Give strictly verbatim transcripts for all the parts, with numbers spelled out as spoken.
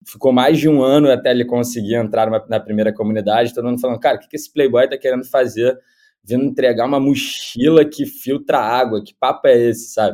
ficou mais de um ano até ele conseguir entrar numa, na primeira comunidade, todo mundo falando, cara, o que, que esse playboy tá querendo fazer, vindo entregar uma mochila que filtra água, que papo é esse, sabe?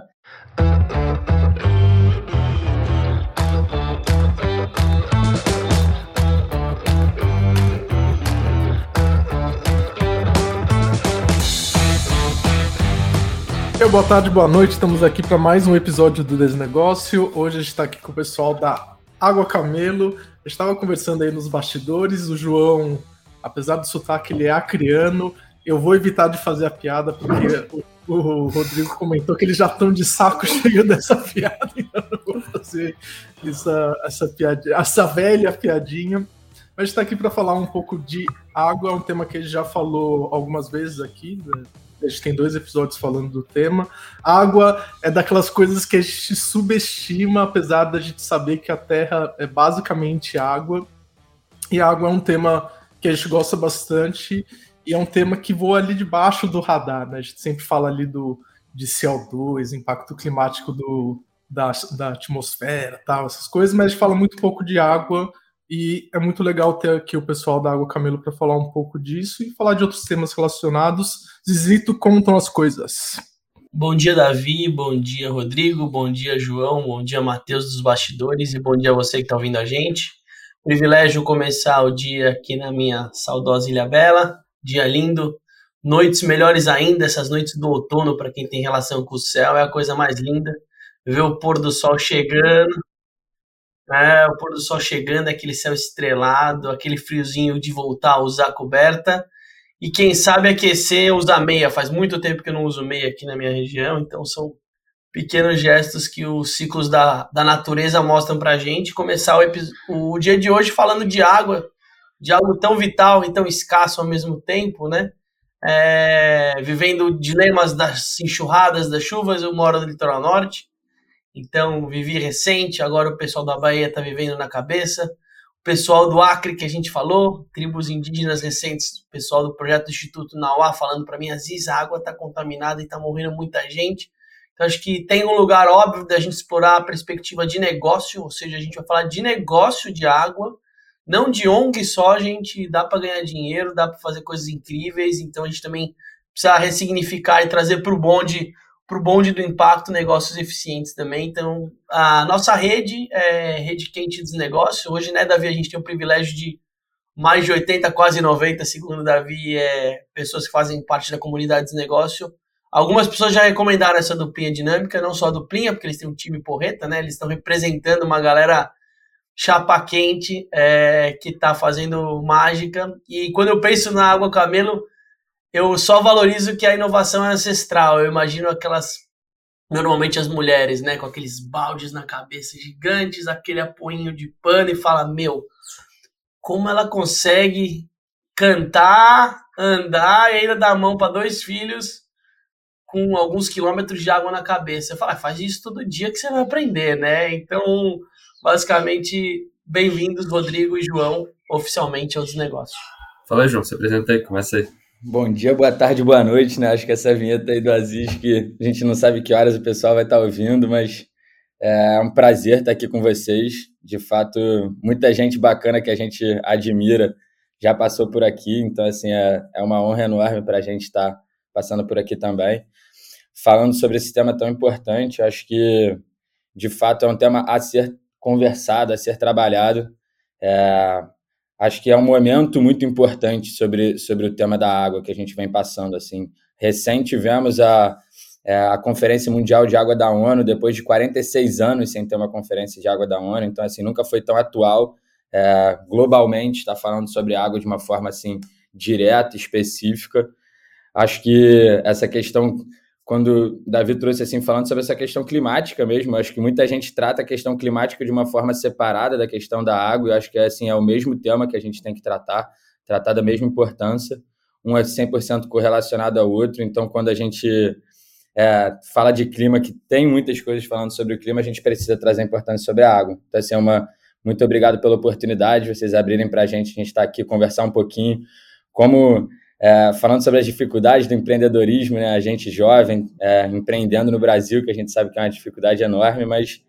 Boa tarde, boa noite, estamos aqui para mais um episódio do Desnegócio. Hoje a gente está aqui com o pessoal da Água Camelo. Eu estava conversando aí nos bastidores, o João, apesar do sotaque, ele é acriano. Eu vou evitar de fazer a piada, porque o, o Rodrigo comentou que eles já estão de saco cheio dessa piada, então eu não vou fazer essa, essa, piadinha, essa velha piadinha. Mas a gente está aqui para falar um pouco de água, um tema que a gente já falou algumas vezes aqui, né? A gente tem dois episódios falando do tema. Água é daquelas coisas que a gente subestima, apesar da gente saber que a Terra é basicamente água. E a água é um tema que a gente gosta bastante e é um tema que voa ali debaixo do radar, né? A gente sempre fala ali do, de C O dois, impacto climático do, da, da atmosfera, tal, essas coisas, mas a gente fala muito pouco de água. E é muito legal ter aqui o pessoal da Água Camelo para falar um pouco disso e falar de outros temas relacionados. Zizito, como estão as coisas? Bom dia, Davi. Bom dia, Rodrigo. Bom dia, João. Bom dia, Matheus dos bastidores. E bom dia a você que está ouvindo a gente. Privilégio começar o dia aqui na minha saudosa Ilha Bela. Dia lindo. Noites melhores ainda. Essas noites do outono, para quem tem relação com o céu, é a coisa mais linda. Ver o pôr do sol chegando. É, o pôr do sol chegando, aquele céu estrelado, aquele friozinho de voltar a usar a coberta e quem sabe aquecer, usar meia. Faz muito tempo que eu não uso meia aqui na minha região, então são pequenos gestos que os ciclos da, da natureza mostram pra gente. Começar o, o dia de hoje falando de água, de algo tão vital e tão escasso ao mesmo tempo, né? É, vivendo dilemas das enxurradas, das chuvas. Eu moro no litoral norte, então vivi recente, agora o pessoal da Bahia está vivendo na cabeça, o pessoal do Acre que a gente falou, tribos indígenas recentes, o pessoal do projeto do Instituto Nauá falando para mim, Aziz, a água está contaminada e está morrendo muita gente. Então acho que tem um lugar óbvio da gente explorar a perspectiva de negócio, ou seja, a gente vai falar de negócio de água, não de O N G só, gente, dá para ganhar dinheiro, dá para fazer coisas incríveis, então a gente também precisa ressignificar e trazer para o bonde para o bonde do impacto, negócios eficientes também. Então, a nossa rede é Rede Quente dos Negócios. Hoje, né, Davi, a gente tem o privilégio de mais de oitenta, quase noventa, segundo o Davi, é, pessoas que fazem parte da comunidade de negócio. Algumas pessoas já recomendaram essa duplinha dinâmica, não só a duplinha, porque eles têm um time porreta, né? Eles estão representando uma galera chapa quente é, que está fazendo mágica. E quando eu penso na Água Camelo, eu só valorizo que a inovação é ancestral. Eu imagino aquelas, normalmente as mulheres, né, com aqueles baldes na cabeça gigantes, aquele apoinho de pano e fala, meu, como ela consegue cantar, andar e ainda dar a mão para dois filhos com alguns quilômetros de água na cabeça. Eu falo, ah, faz isso todo dia que você vai aprender, né? Então, basicamente, bem-vindos, Rodrigo e João, oficialmente aos negócios. Fala, João, se apresenta aí, começa aí. Bom dia, boa tarde, boa noite, né? Acho que essa vinheta aí do Aziz, que a gente não sabe que horas o pessoal vai estar ouvindo, mas é um prazer estar aqui com vocês. De fato, muita gente bacana que a gente admira já passou por aqui, então, assim, é, é uma honra enorme para a gente estar passando por aqui também. Falando sobre esse tema tão importante, acho que, de fato, é um tema a ser conversado, a ser trabalhado. É... Acho que é um momento muito importante sobre, sobre o tema da água que a gente vem passando. Assim. Recente tivemos a, a Conferência Mundial de Água da ONU, depois de quarenta e seis anos sem ter uma conferência de água da ONU, então assim, nunca foi tão atual. É, globalmente, está falando sobre água de uma forma assim, direta, específica. Acho que essa questão, quando o Davi trouxe assim, falando sobre essa questão climática mesmo, acho que muita gente trata a questão climática de uma forma separada da questão da água, e acho que assim, é o mesmo tema que a gente tem que tratar, tratar da mesma importância, um é cem por cento correlacionado ao outro, então quando a gente é, fala de clima, que tem muitas coisas falando sobre o clima, a gente precisa trazer a importância sobre a água. Então assim, é uma, muito obrigado pela oportunidade, vocês abrirem para a gente, a gente está aqui conversar um pouquinho, como... É, falando sobre as dificuldades do empreendedorismo, né, a gente jovem é, empreendendo no Brasil, que a gente sabe que é uma dificuldade enorme, mas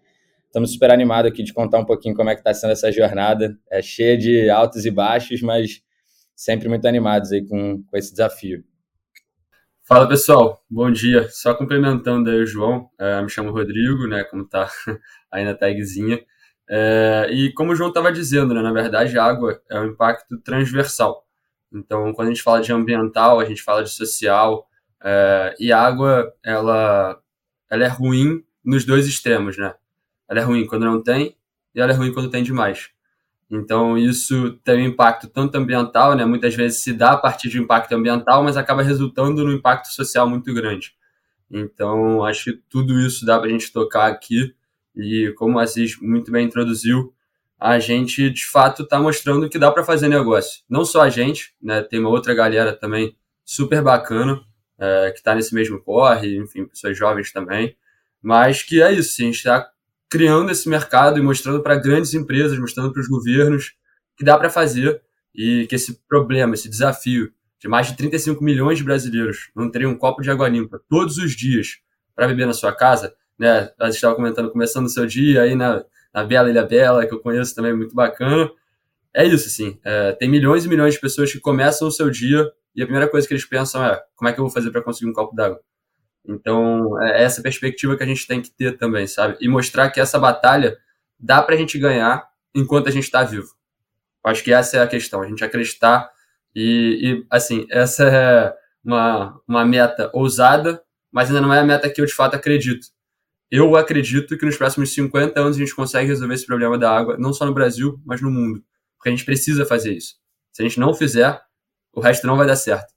estamos super animados aqui de contar um pouquinho como é que está sendo essa jornada. É cheia de altos e baixos, mas sempre muito animados aí com, com esse desafio. Fala, pessoal. Bom dia. Só complementando aí o João, é, me chamo Rodrigo, né, como tá aí na tagzinha. É, e como o João estava dizendo, né, na verdade, a água é um impacto transversal. Então, quando a gente fala de ambiental, a gente fala de social, é, e a água, ela, ela é ruim nos dois extremos, né? Ela é ruim quando não tem, e ela é ruim quando tem demais. Então, isso tem um impacto tanto ambiental, né? Muitas vezes se dá a partir de um impacto ambiental, mas acaba resultando num impacto social muito grande. Então, acho que tudo isso dá para a gente tocar aqui. E como o Aziz muito bem introduziu, a gente, de fato, está mostrando que dá para fazer negócio. Não só a gente, né? Tem uma outra galera também super bacana, é, que está nesse mesmo corre, enfim, pessoas jovens também. Mas que é isso, a gente está criando esse mercado e mostrando para grandes empresas, mostrando para os governos que dá para fazer e que esse problema, esse desafio de mais de trinta e cinco milhões de brasileiros não terem um copo de água limpa todos os dias para beber na sua casa, né? A gente estava comentando, começando o seu dia aí na, na Bela Ilha Bela, que eu conheço também, muito bacana. É isso, assim, é, tem milhões e milhões de pessoas que começam o seu dia e a primeira coisa que eles pensam é como é que eu vou fazer para conseguir um copo d'água? Então, é essa perspectiva que a gente tem que ter também, sabe? E mostrar que essa batalha dá pra gente ganhar enquanto a gente tá vivo. Acho que essa é a questão, a gente acreditar e, e assim, essa é uma, uma meta ousada, mas ainda não é a meta que eu, de fato, acredito. Eu acredito que nos próximos cinquenta anos a gente consegue resolver esse problema da água, não só no Brasil, mas no mundo. Porque a gente precisa fazer isso. Se a gente não fizer, o resto não vai dar certo.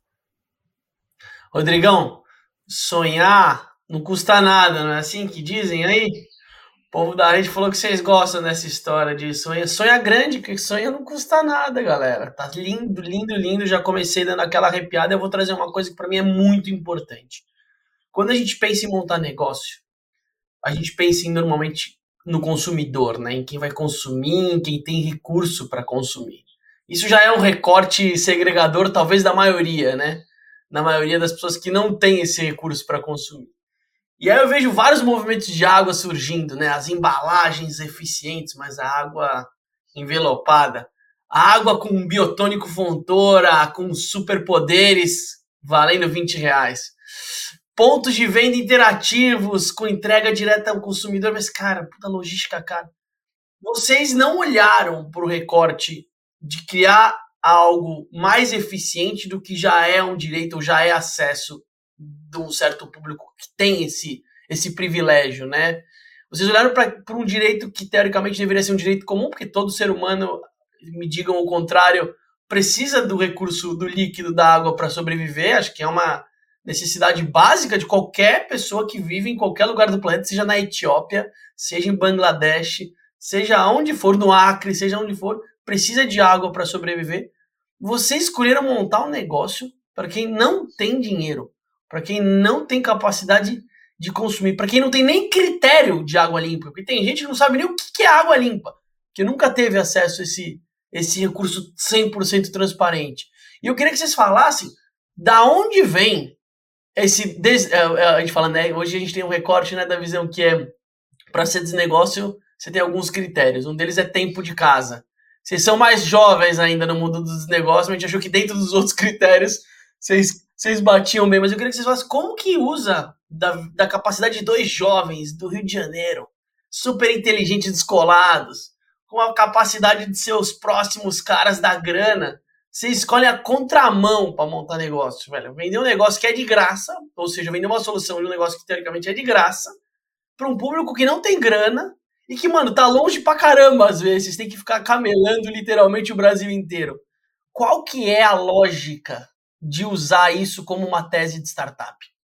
Rodrigão, sonhar não custa nada, não é assim que dizem aí? O povo da rede falou que vocês gostam dessa história de sonhar. Sonha grande, que sonha não custa nada, galera. Tá lindo, lindo, lindo. Já comecei dando aquela arrepiada. Eu vou trazer uma coisa que para mim é muito importante. Quando a gente pensa em montar negócio, a gente pensa em, normalmente no consumidor, né? Em quem vai consumir, em quem tem recurso para consumir. Isso já é um recorte segregador, talvez da maioria, né? Na maioria das pessoas que não tem esse recurso para consumir. E aí eu vejo vários movimentos de água surgindo, né? As embalagens eficientes, mas a água envelopada. A água com biotônico Fontoura, com superpoderes, valendo vinte reais. Pontos de venda interativos, com entrega direta ao consumidor. Mas, cara, puta logística, cara. Vocês não olharam para o recorte de criar algo mais eficiente do que já é um direito ou já é acesso de um certo público que tem esse, esse privilégio, né? Vocês olharam para um direito que teoricamente deveria ser um direito comum, porque todo ser humano, me digam o contrário, precisa do recurso do líquido da água para sobreviver. Acho que é uma necessidade básica de qualquer pessoa que vive em qualquer lugar do planeta, seja na Etiópia, seja em Bangladesh, seja onde for, no Acre, seja onde for, precisa de água para sobreviver. Vocês escolheram montar um negócio para quem não tem dinheiro, para quem não tem capacidade de consumir, para quem não tem nem critério de água limpa, porque tem gente que não sabe nem o que é água limpa, que nunca teve acesso a esse, esse recurso cem por cento transparente. E eu queria que vocês falassem da onde vem esse... Des... A gente fala, né? Hoje a gente tem um recorte, né, da visão que é, para ser desnegócio, você tem alguns critérios. Um deles é tempo de casa. Vocês são mais jovens ainda no mundo dos negócios, mas a gente achou que dentro dos outros critérios vocês, vocês batiam bem. Mas eu queria que vocês falassem como que usa da, da capacidade de dois jovens do Rio de Janeiro, super inteligentes, descolados, com a capacidade de ser os próximos caras da grana. Você escolhe a contramão para montar negócio, velho. Vender um negócio que é de graça, ou seja, vender uma solução de um negócio que teoricamente é de graça, para um público que não tem grana, e que, mano, tá longe pra caramba às vezes. Tem que ficar camelando literalmente o Brasil inteiro. Qual que é a lógica de usar isso como uma tese de startup?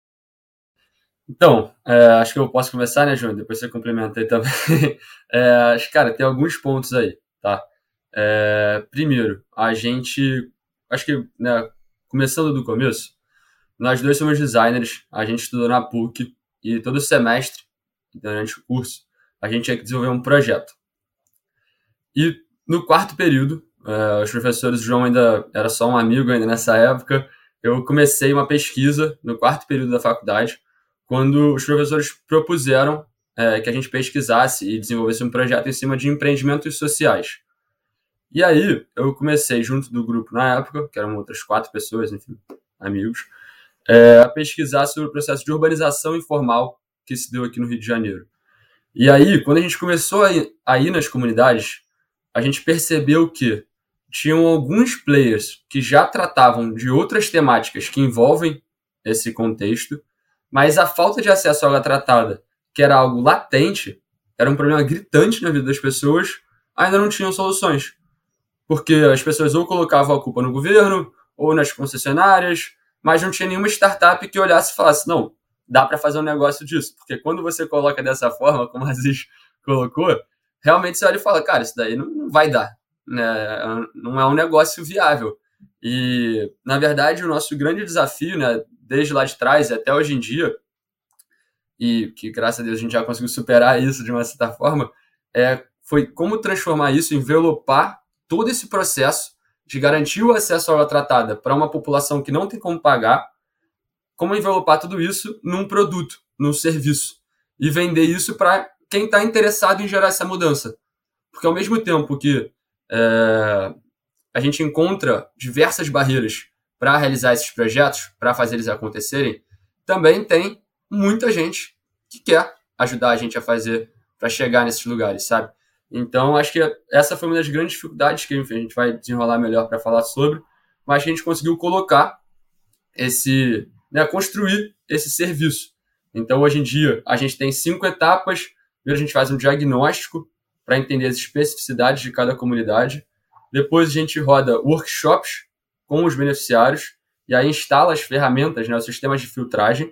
Então, é, acho que eu posso começar, né, João? Depois você complementa aí também. É, acho, cara, tem alguns pontos aí, tá? É, primeiro, a gente... Acho que, né, começando do começo, nós dois somos designers, a gente estudou na P U C, e todo semestre, durante o curso, a gente tinha que desenvolver um projeto. E no quarto período, uh, os professores, o João ainda era só um amigo ainda nessa época, eu comecei uma pesquisa no quarto período da faculdade, quando os professores propuseram é, que a gente pesquisasse e desenvolvesse um projeto em cima de empreendimentos sociais. E aí, eu comecei junto do grupo na época, que eram outras quatro pessoas, enfim, amigos, é, a pesquisar sobre o processo de urbanização informal que se deu aqui no Rio de Janeiro. E aí, quando a gente começou a ir, a ir nas comunidades, a gente percebeu que tinham alguns players que já tratavam de outras temáticas que envolvem esse contexto, mas a falta de acesso à água tratada, que era algo latente, era um problema gritante na vida das pessoas, ainda não tinham soluções. Porque as pessoas ou colocavam a culpa no governo, ou nas concessionárias, mas não tinha nenhuma startup que olhasse e falasse, não, dá para fazer um negócio disso. Porque quando você coloca dessa forma, como a Aziz colocou, realmente você olha e fala, cara, isso daí não, não vai dar. Né? Não é um negócio viável. E, na verdade, o nosso grande desafio, né, desde lá de trás e até hoje em dia, e que, graças a Deus, a gente já conseguiu superar isso de uma certa forma, é, foi como transformar isso, envelopar todo esse processo de garantir o acesso à água tratada para uma população que não tem como pagar, como envelopar tudo isso num produto, num serviço, e vender isso para quem está interessado em gerar essa mudança. Porque ao mesmo tempo que é, a gente encontra diversas barreiras para realizar esses projetos, para fazer eles acontecerem, também tem muita gente que quer ajudar a gente a fazer para chegar nesses lugares, sabe? Então, acho que essa foi uma das grandes dificuldades que, enfim, a gente vai desenrolar melhor para falar sobre, mas que a gente conseguiu colocar esse, né, construir esse serviço. Então, hoje em dia, a gente tem cinco etapas. Primeiro, a gente faz um diagnóstico para entender as especificidades de cada comunidade. Depois, a gente roda workshops com os beneficiários e aí instala as ferramentas, né, os sistemas de filtragem.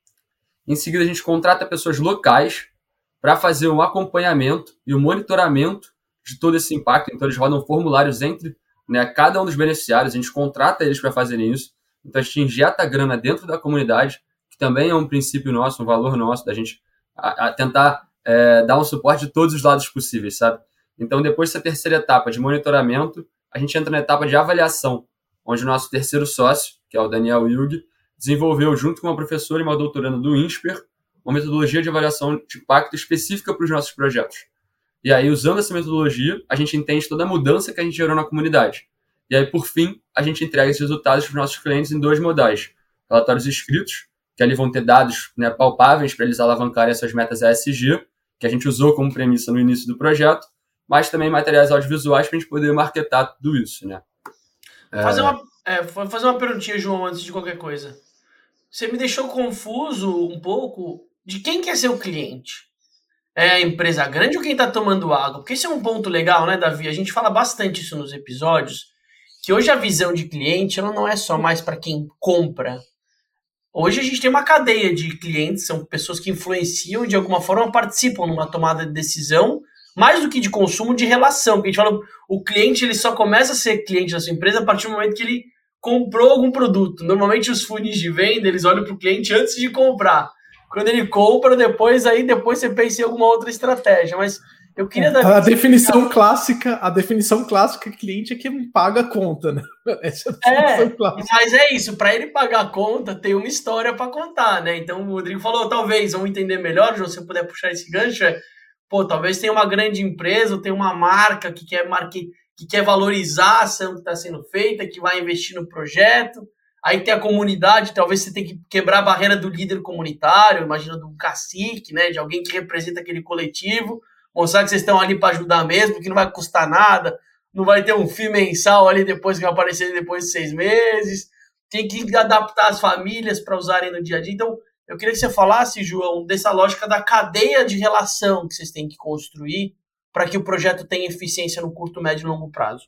Em seguida, a gente contrata pessoas locais para fazer um acompanhamento e um monitoramento de todo esse impacto. Então, eles rodam formulários entre, né, cada um dos beneficiários, a gente contrata eles para fazerem isso. Então, a gente injeta grana dentro da comunidade, que também é um princípio nosso, um valor nosso, da gente a, a tentar é, dar um suporte de todos os lados possíveis, sabe? Então, depois dessa terceira etapa de monitoramento, a gente entra na etapa de avaliação, onde o nosso terceiro sócio, que é o Daniel Wilg, desenvolveu, junto com uma professora e uma doutoranda do INSPER, uma metodologia de avaliação de impacto específica para os nossos projetos. E aí, usando essa metodologia, a gente entende toda a mudança que a gente gerou na comunidade. E aí, por fim, a gente entrega esses resultados para os nossos clientes em dois modais. Relatórios escritos, que ali vão ter dados, né, palpáveis para eles alavancarem essas metas E S G, que a gente usou como premissa no início do projeto, mas também materiais audiovisuais para a gente poder marketar tudo isso, né? Fazer uma, é, fazer uma perguntinha, João, antes de qualquer coisa. Você me deixou confuso um pouco de quem quer ser o cliente. É a empresa grande ou quem está tomando água? Porque esse é um ponto legal, né, Davi? A gente fala bastante isso nos episódios, que hoje a visão de cliente ela não é só mais para quem compra. Hoje a gente tem uma cadeia de clientes, são pessoas que influenciam e de alguma forma participam numa tomada de decisão, mais do que de consumo, de relação. Porque a gente fala, o cliente ele só começa a ser cliente da sua empresa a partir do momento que ele comprou algum produto. Normalmente os funis de venda, eles olham para o cliente antes de comprar. Quando ele compra, depois aí depois você pensa em alguma outra estratégia. Mas eu queria dar... A definição clássica, a definição clássica cliente é quem paga a conta, né? Essa é a definição é, clássica. Mas é isso, para ele pagar a conta, tem uma história para contar, né? Então o Rodrigo falou, talvez, vamos entender melhor, João, se você puder puxar esse gancho, é, pô, talvez tenha uma grande empresa, ou tenha uma marca que quer, marque, que quer valorizar a ação que está sendo feita, que vai investir no projeto. Aí tem a comunidade, talvez você tenha que quebrar a barreira do líder comunitário, imagina do cacique, né? De alguém que representa aquele coletivo. Mostrar que vocês estão ali para ajudar mesmo, que não vai custar nada, não vai ter um fee mensal ali depois que vai aparecer depois de seis meses. Tem que adaptar as famílias para usarem no dia a dia. Então, eu queria que você falasse, João, dessa lógica da cadeia de relação que vocês têm que construir para que o projeto tenha eficiência no curto, médio e longo prazo.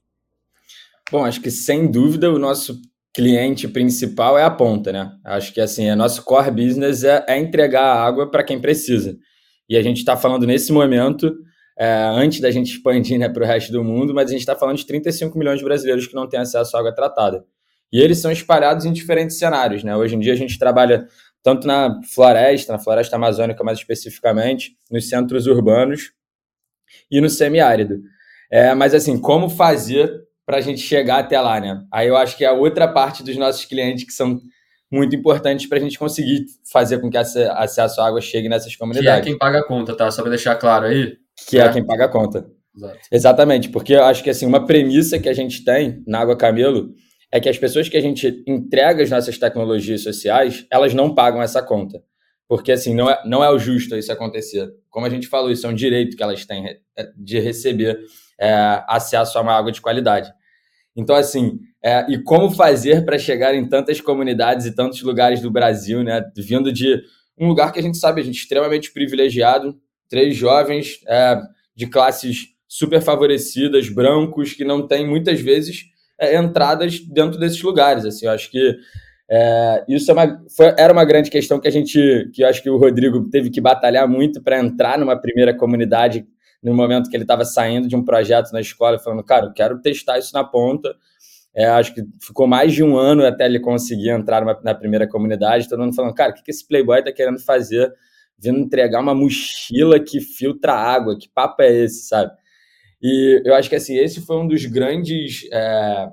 Bom, acho que sem dúvida o nosso cliente principal é a ponta, né? Acho que assim, o nosso core business é, é entregar a água para quem precisa. E a gente está falando nesse momento, é, antes da gente expandir, né, para o resto do mundo, mas a gente está falando de trinta e cinco milhões de brasileiros que não têm acesso à água tratada. E eles são espalhados em diferentes cenários, né? Hoje em dia a gente trabalha tanto na floresta, na floresta amazônica mais especificamente, nos centros urbanos e no semiárido. É, mas assim, como fazer para a gente chegar até lá, né? Aí eu acho que a outra parte dos nossos clientes que são muito importantes para a gente conseguir fazer com que esse acesso à água chegue nessas comunidades. Que é quem paga a conta, tá? Só para deixar claro aí. Que é, é quem paga a conta. Exato. Exatamente, porque eu acho que assim, uma premissa que a gente tem na Água Camelo é que as pessoas que a gente entrega as nossas tecnologias sociais, elas não pagam essa conta. Porque assim, não é, não é o justo isso acontecer. Como a gente falou, isso é um direito que elas têm de receber é, acesso a uma água de qualidade. Então, assim, é, e como fazer para chegar em tantas comunidades e tantos lugares do Brasil, né? Vindo de um lugar que a gente sabe, a gente é extremamente privilegiado, três jovens é, de classes super favorecidas, brancos, que não têm, muitas vezes, é, entradas dentro desses lugares. Assim, eu acho que é, isso é uma, foi, era uma grande questão que a gente, que eu acho que o Rodrigo teve que batalhar muito para entrar numa primeira comunidade no momento que ele estava saindo de um projeto na escola, falando, cara, eu quero testar isso na ponta. É, acho que ficou mais de um ano até ele conseguir entrar numa, na primeira comunidade, todo mundo falando, cara, o que, que esse playboy tá querendo fazer, vindo entregar uma mochila que filtra água, que papo é esse, sabe? E eu acho que, assim, esse foi um dos grandes... É,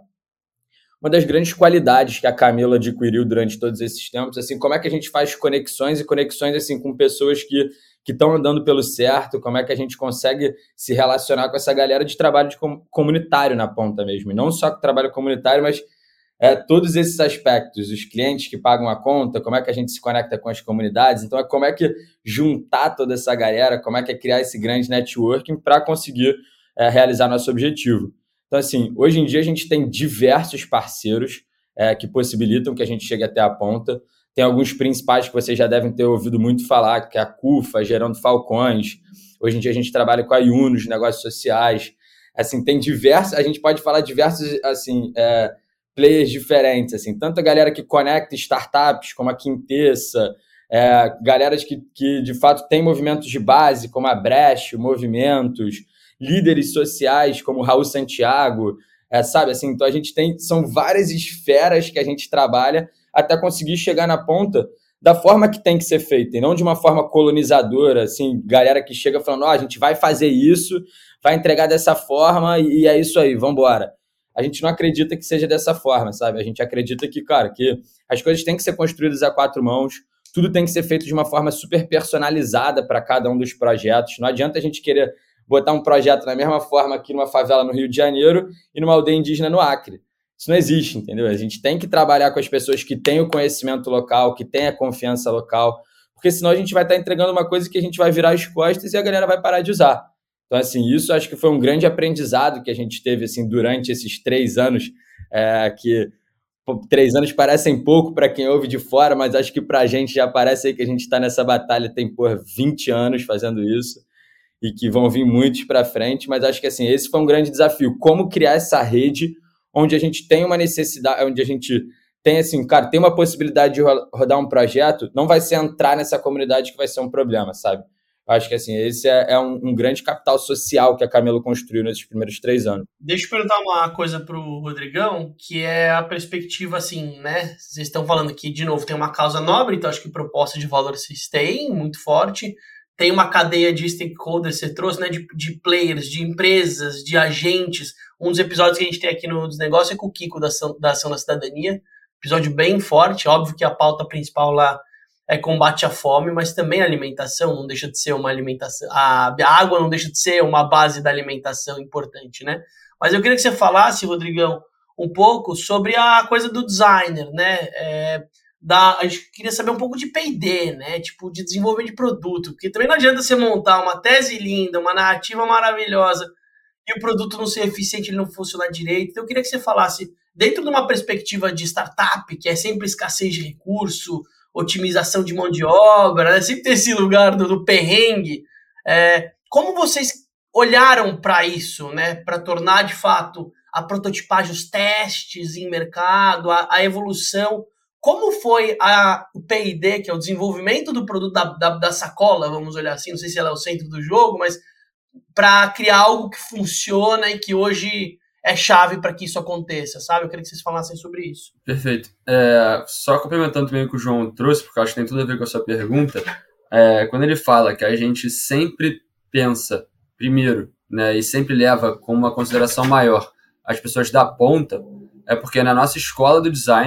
uma das grandes qualidades que a Camelo adquiriu durante todos esses tempos, assim, como é que a gente faz conexões e conexões, assim, com pessoas que que estão andando pelo certo, como é que a gente consegue se relacionar com essa galera de trabalho de com, comunitário na ponta mesmo, e não só com trabalho comunitário, mas é, todos esses aspectos, os clientes que pagam a conta, como é que a gente se conecta com as comunidades, então é como é que juntar toda essa galera, como é que é criar esse grande networking para conseguir é, realizar nosso objetivo. Então, assim, hoje em dia a gente tem diversos parceiros é, que possibilitam que a gente chegue até a ponta. Tem alguns principais que vocês já devem ter ouvido muito falar, que é a CUFA, Gerando Falcões. Hoje em dia a gente trabalha com a Yunus, negócios sociais. Assim, tem diversos, a gente pode falar diversos assim, é, players diferentes. Assim, tanto a galera que conecta startups, como a Quintessa, é, galera que, que, de fato, tem movimentos de base, como a Brecht, movimentos, líderes sociais, como o Raul Santiago, é, sabe? Assim, então a gente tem, são várias esferas que a gente trabalha até conseguir chegar na ponta da forma que tem que ser feita, e não de uma forma colonizadora, assim, galera que chega falando, ó, oh, a gente vai fazer isso, vai entregar dessa forma e é isso aí, vamos embora. A gente não acredita que seja dessa forma, sabe? A gente acredita que, cara, que as coisas têm que ser construídas a quatro mãos, tudo tem que ser feito de uma forma super personalizada para cada um dos projetos. Não adianta a gente querer botar um projeto da mesma forma aqui numa favela no Rio de Janeiro e numa aldeia indígena no Acre. Isso não existe, entendeu? A gente tem que trabalhar com as pessoas que têm o conhecimento local, que têm a confiança local, porque senão a gente vai estar entregando uma coisa que a gente vai virar as costas e a galera vai parar de usar. Então, assim, isso acho que foi um grande aprendizado que a gente teve, assim, durante esses três anos, é, que pô, três anos parecem pouco para quem ouve de fora, mas acho que para a gente já parece aí que a gente está nessa batalha tem, por vinte anos fazendo isso e que vão vir muitos para frente, mas acho que, assim, esse foi um grande desafio, como criar essa rede onde a gente tem uma necessidade, onde a gente tem, assim, cara, tem uma possibilidade de rodar um projeto, não vai ser entrar nessa comunidade que vai ser um problema, sabe? Eu acho que, assim, esse é, é um, um grande capital social que a Camelo construiu nesses primeiros três anos. Deixa eu perguntar uma coisa pro Rodrigão, que é a perspectiva, assim, né? Vocês estão falando que, de novo, tem uma causa nobre, então acho que proposta de valor vocês têm, muito forte. Tem uma cadeia de stakeholders, você trouxe, né, de, de players, de empresas, de agentes. Um dos episódios que a gente tem aqui no Desnegócio é com o Kiko, da Ação, da Ação da Cidadania. Episódio bem forte, óbvio que a pauta principal lá é combate à fome, mas também a alimentação não deixa de ser uma alimentação... A água não deixa de ser uma base da alimentação importante, né? Mas eu queria que você falasse, Rodrigão, um pouco sobre a coisa do designer, né? É... Da, a gente queria saber um pouco de P e D, né? Tipo, de desenvolvimento de produto. Porque também não adianta você montar uma tese linda, uma narrativa maravilhosa e o produto não ser eficiente, ele não funcionar direito. Então eu queria que você falasse, dentro de uma perspectiva de startup, que é sempre escassez de recurso, otimização de mão de obra, né? Sempre tem esse lugar do, do perrengue. É, como vocês olharam para isso, né? Para tornar, de fato, a prototipagem, os testes em mercado, a, a evolução... Como foi a, o P e D, que é o desenvolvimento do produto da, da, da sacola, vamos olhar assim, não sei se ela é o centro do jogo, mas para criar algo que funciona e que hoje é chave para que isso aconteça, sabe? Eu queria que vocês falassem sobre isso. Perfeito. É, só complementando também o que o João trouxe, porque eu acho que tem tudo a ver com a sua pergunta, é, quando ele fala que a gente sempre pensa primeiro, né, e sempre leva com uma consideração maior as pessoas da ponta, é porque na nossa escola do design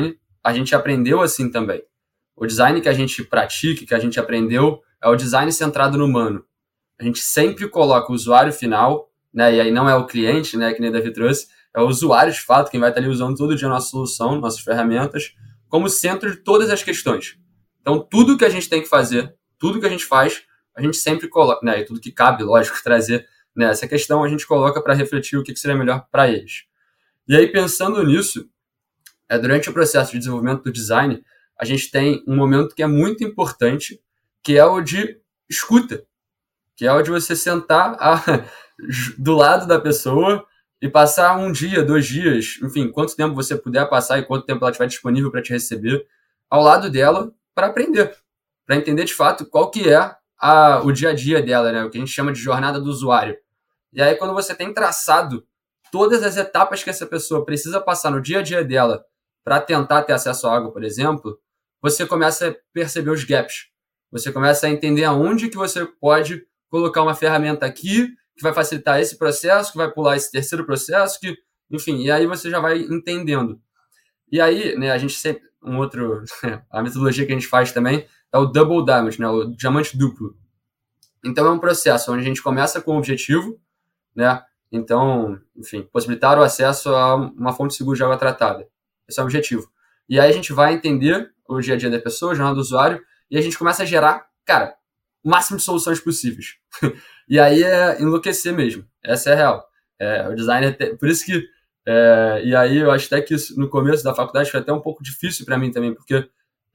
a gente aprendeu assim também. O design que a gente pratica, que a gente aprendeu, é o design centrado no humano. A gente sempre coloca o usuário final, né, e aí não é o cliente, né, que nem o Davi trouxe, é o usuário de fato, quem vai estar ali usando todo dia a nossa solução, nossas ferramentas, como centro de todas as questões. Então, tudo que a gente tem que fazer, tudo que a gente faz, a gente sempre coloca, né, e tudo que cabe, lógico, trazer, né, essa questão, a gente coloca para refletir o que seria melhor para eles. E aí, pensando nisso, é, durante o processo de desenvolvimento do design, a gente tem um momento que é muito importante, que é o de escuta, que é o de você sentar a, do lado da pessoa e passar um dia, dois dias, enfim, quanto tempo você puder passar e quanto tempo ela estiver disponível para te receber, ao lado dela para aprender, para entender de fato qual que é a, o dia a dia dela, né? O que a gente chama de jornada do usuário. E aí, quando você tem traçado todas as etapas que essa pessoa precisa passar no dia a dia dela para tentar ter acesso à água, por exemplo, você começa a perceber os gaps. Você começa a entender aonde que você pode colocar uma ferramenta aqui que vai facilitar esse processo, que vai pular esse terceiro processo, que, enfim, e aí você já vai entendendo. E aí, né, a gente sempre, um outro, a metodologia que a gente faz também é o double diamond, né, o diamante duplo. Então é um processo onde a gente começa com o objetivo, né, então, enfim, possibilitar o acesso a uma fonte segura de água tratada. Esse é o objetivo. E aí a gente vai entender o dia a dia da pessoa, a jornada do usuário, e a gente começa a gerar, cara, o máximo de soluções possíveis. E aí é enlouquecer mesmo. Essa é a real. É, o design é te... Por isso que... É, e aí eu acho até que isso, no começo da faculdade foi até um pouco difícil para mim também, porque,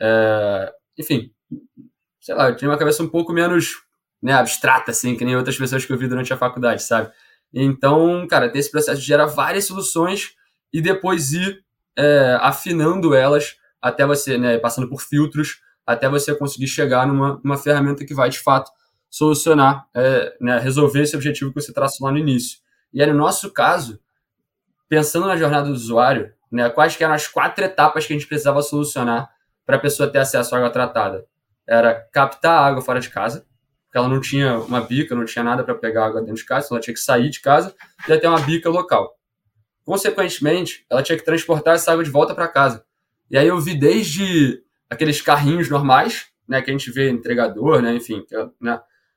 é, enfim, sei lá, eu tinha uma cabeça um pouco menos, né, abstrata, assim, que nem outras pessoas que eu vi durante a faculdade, sabe? Então, cara, ter esse processo de gerar várias soluções e depois ir é, afinando elas até você, né, passando por filtros, até você conseguir chegar numa, numa ferramenta que vai, de fato, solucionar, é, né, resolver esse objetivo que você traçou lá no início. E aí, no nosso caso, pensando na jornada do usuário, né, quais que eram as quatro etapas que a gente precisava solucionar para a pessoa ter acesso à água tratada? Era captar a água fora de casa, porque ela não tinha uma bica, não tinha nada para pegar água dentro de casa, então ela tinha que sair de casa e ter uma bica local. Consequentemente, ela tinha que transportar essa água de volta para casa. E aí eu vi desde aqueles carrinhos normais, né, que a gente vê entregador, né, enfim, que, né,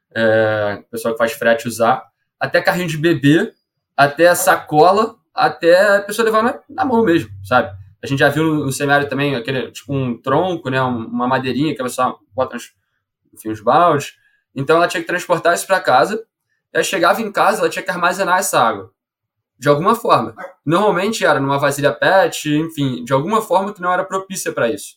é, o pessoal que faz frete usar, até carrinho de bebê, até sacola, até a pessoa levar na, na mão mesmo, sabe? A gente já viu no, no seminário também aquele, tipo um tronco, né, uma madeirinha que a pessoa bota uns, enfim, uns baldes. Então ela tinha que transportar isso para casa, e aí chegava em casa, ela tinha que armazenar essa água, de alguma forma. Normalmente era numa vasilha pet, enfim, de alguma forma que não era propícia para isso.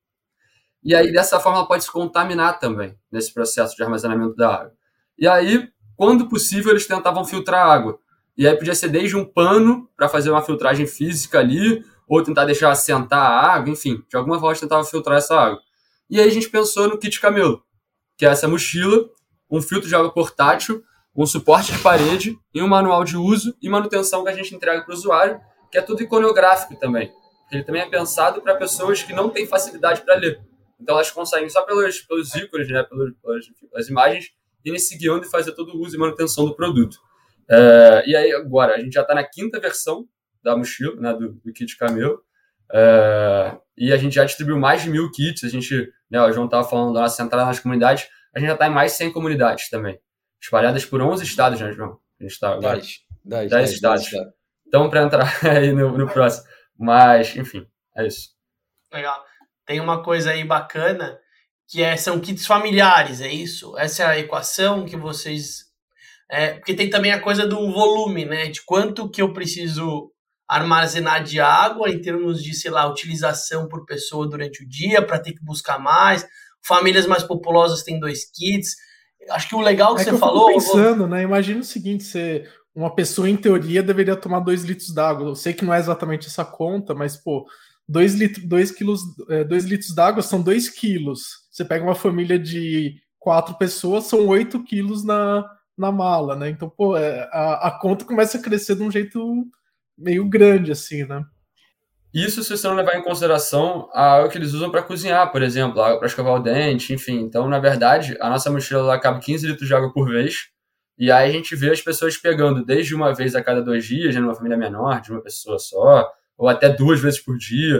E aí, dessa forma, ela pode se contaminar também, nesse processo de armazenamento da água. E aí, quando possível, eles tentavam filtrar a água. E aí podia ser desde um pano para fazer uma filtragem física ali, ou tentar deixar assentar a água, enfim, de alguma forma eles tentavam filtrar essa água. E aí a gente pensou no kit camelo, que é essa mochila, um filtro de água portátil, um suporte de parede e um manual de uso e manutenção que a gente entrega para o usuário, que é tudo iconográfico também. Ele também é pensado para pessoas que não têm facilidade para ler. Então elas conseguem só pelos, pelos ícones, né, pelos, pelas, pelas imagens, irem se guiando e fazer todo o uso e manutenção do produto. É, e aí agora, a gente já está na quinta versão da mochila, né, do, do kit camelo, é, e a gente já distribuiu mais de mil kits. A gente, né, o João estava falando da nossa entrada nas comunidades, a gente já está em mais de cem comunidades também, espalhadas por onze estados, né, João? A gente está agora. dez estados. Então, para entrar aí no, no próximo. Mas, enfim, é isso. Legal. Tem uma coisa aí bacana, que é, são kits familiares, é isso? Essa é a equação que vocês... É, porque tem também a coisa do volume, né? De quanto que eu preciso armazenar de água em termos de, sei lá, utilização por pessoa durante o dia, para ter que buscar mais. Famílias mais populosas têm dois kits. Acho que o legal que é você que eu falou... Eu fico pensando, né? Imagina o seguinte, você... Uma pessoa, em teoria, deveria tomar dois litros d'água. Eu sei que não é exatamente essa conta, mas, pô... dois litros, dois quilos, dois litros d'água são dois quilos. Você pega uma família de quatro pessoas, são oito quilos na, na mala, né? Então, pô, é, a, a conta começa a crescer de um jeito meio grande, assim, né? Isso se você não levar em consideração a água que eles usam para cozinhar, por exemplo, a água para escovar o dente, enfim. Então, na verdade, a nossa mochila lá cabe quinze litros de água por vez. E aí a gente vê as pessoas pegando desde uma vez a cada dois dias, né, numa família menor, de uma pessoa só, ou até duas vezes por dia.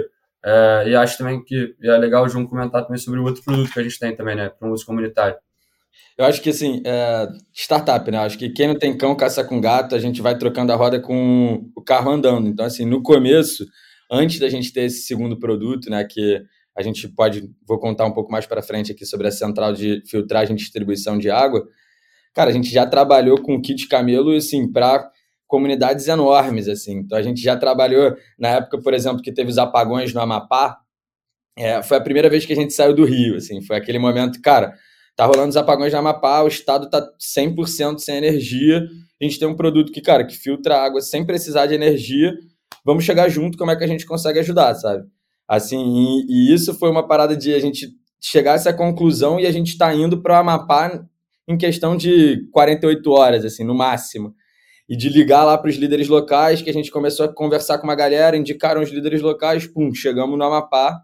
É, e acho também que é legal o João comentar também sobre o outro produto que a gente tem também, né, para um uso comunitário. Eu acho que, assim, é, startup, né? Acho que quem não tem cão caça com gato, a gente vai trocando a roda com o carro andando. Então, assim, no começo, antes da gente ter esse segundo produto, né, que a gente pode, vou contar um pouco mais para frente aqui sobre a central de filtragem e distribuição de água, cara, a gente já trabalhou com o kit Camelo, assim, para comunidades enormes, assim. Então, a gente já trabalhou, na época, por exemplo, que teve os apagões no Amapá, é, foi a primeira vez que a gente saiu do Rio, assim, foi aquele momento, cara, tá rolando os apagões no Amapá, o estado tá cem por cento sem energia, a gente tem um produto que, cara, que filtra água sem precisar de energia, vamos chegar junto, como é que a gente consegue ajudar, sabe? Assim, e, e isso foi uma parada de a gente chegar a essa conclusão e a gente tá indo para o Amapá em questão de quarenta e oito horas, assim, no máximo. E de ligar lá para os líderes locais, que a gente começou a conversar com uma galera, indicaram os líderes locais, pum, chegamos no Amapá.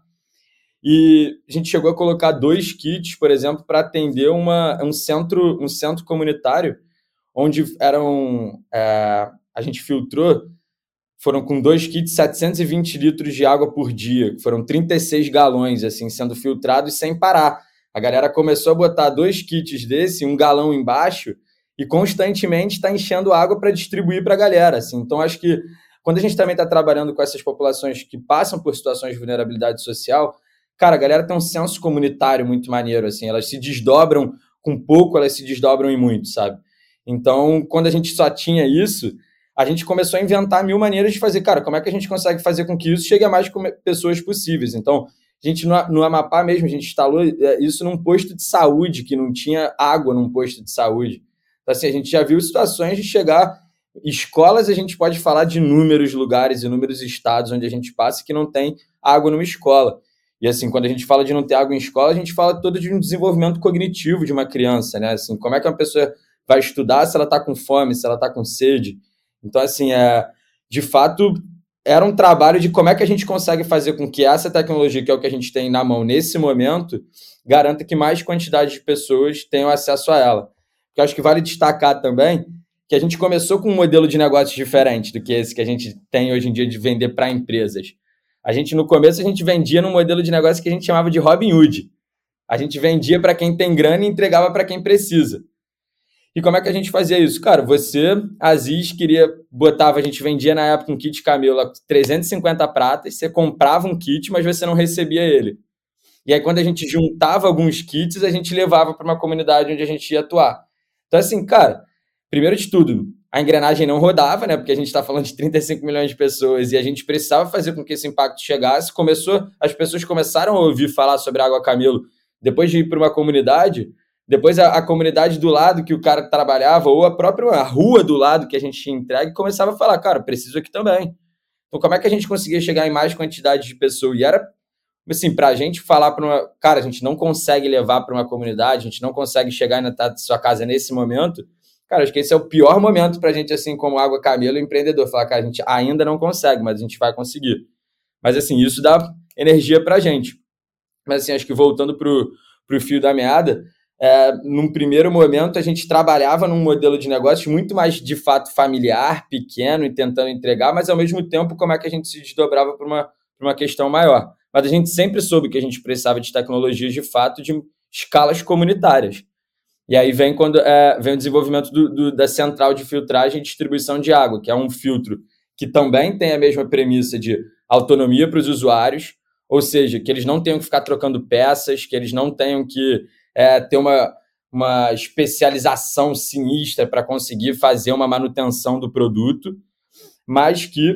E a gente chegou a colocar dois kits, por exemplo, para atender uma, um, centro, um centro comunitário, onde eram, é, a gente filtrou, foram com dois kits setecentos e vinte litros de água por dia, foram trinta e seis galões, assim, sendo filtrados sem parar. A galera começou a botar dois kits desse, um galão embaixo, e constantemente está enchendo água para distribuir para a galera. Assim. Então, acho que quando a gente também está trabalhando com essas populações que passam por situações de vulnerabilidade social, cara, a galera tem um senso comunitário muito maneiro, assim, elas se desdobram com pouco, elas se desdobram em muito, sabe? Então, quando a gente só tinha isso, a gente começou a inventar mil maneiras de fazer, cara, como é que a gente consegue fazer com que isso chegue a mais pessoas possíveis? Então, a gente, no, no Amapá mesmo, a gente instalou isso num posto de saúde, que não tinha água num posto de saúde. Então, assim, a gente já viu situações de chegar... Escolas, a gente pode falar de inúmeros lugares, inúmeros estados onde a gente passa que não tem água numa escola. E, assim, quando a gente fala de não ter água em escola, a gente fala todo de um desenvolvimento cognitivo de uma criança, né? Assim, como é que uma pessoa vai estudar se ela está com fome, se ela está com sede? Então, assim, é, de fato, era um trabalho de como é que a gente consegue fazer com que essa tecnologia, que é o que a gente tem na mão nesse momento, garanta que mais quantidade de pessoas tenham acesso a ela. Porque eu acho que vale destacar também que a gente começou com um modelo de negócio diferente do que esse que a gente tem hoje em dia de vender para empresas. A gente, no começo, a gente vendia num modelo de negócio que a gente chamava de Robin Hood. A gente vendia para quem tem grana e entregava para quem precisa. E como é que a gente fazia isso? Cara, você, Aziz, queria, botava, a gente vendia na época um kit Camelo a trezentos e cinquenta pratas, você comprava um kit, mas você não recebia ele. E aí, quando a gente juntava alguns kits, a gente levava para uma comunidade onde a gente ia atuar. Então, assim, cara, primeiro de tudo, a engrenagem não rodava, né? Porque a gente está falando de trinta e cinco milhões de pessoas e a gente precisava fazer com que esse impacto chegasse. Começou, as pessoas começaram a ouvir falar sobre a Água Camelo depois de ir para uma comunidade, depois a, a comunidade do lado que o cara trabalhava, ou a própria a rua do lado que a gente tinha entregue, começava a falar, cara, preciso aqui também. Então, como é que a gente conseguia chegar em mais quantidade de pessoas? E era, assim, para a gente falar para uma... Cara, a gente não consegue levar para uma comunidade, a gente não consegue chegar na sua casa nesse momento. Cara, acho que esse é o pior momento para a gente, assim, como Água Camelo, empreendedor, falar, cara, a gente ainda não consegue, mas a gente vai conseguir. Mas, assim, isso dá energia para a gente. Mas, assim, acho que voltando para o fio da meada, é, num primeiro momento a gente trabalhava num modelo de negócios muito mais, de fato, familiar, pequeno e tentando entregar, mas, ao mesmo tempo, como é que a gente se desdobrava para uma, para uma questão maior. Mas a gente sempre soube que a gente precisava de tecnologias, de fato, de escalas comunitárias. E aí vem, quando, é, vem o desenvolvimento do, do, da central de filtragem e distribuição de água, que é um filtro que também tem a mesma premissa de autonomia para os usuários, ou seja, que eles não tenham que ficar trocando peças, que eles não tenham que é, ter uma, uma especialização sinistra para conseguir fazer uma manutenção do produto, mas que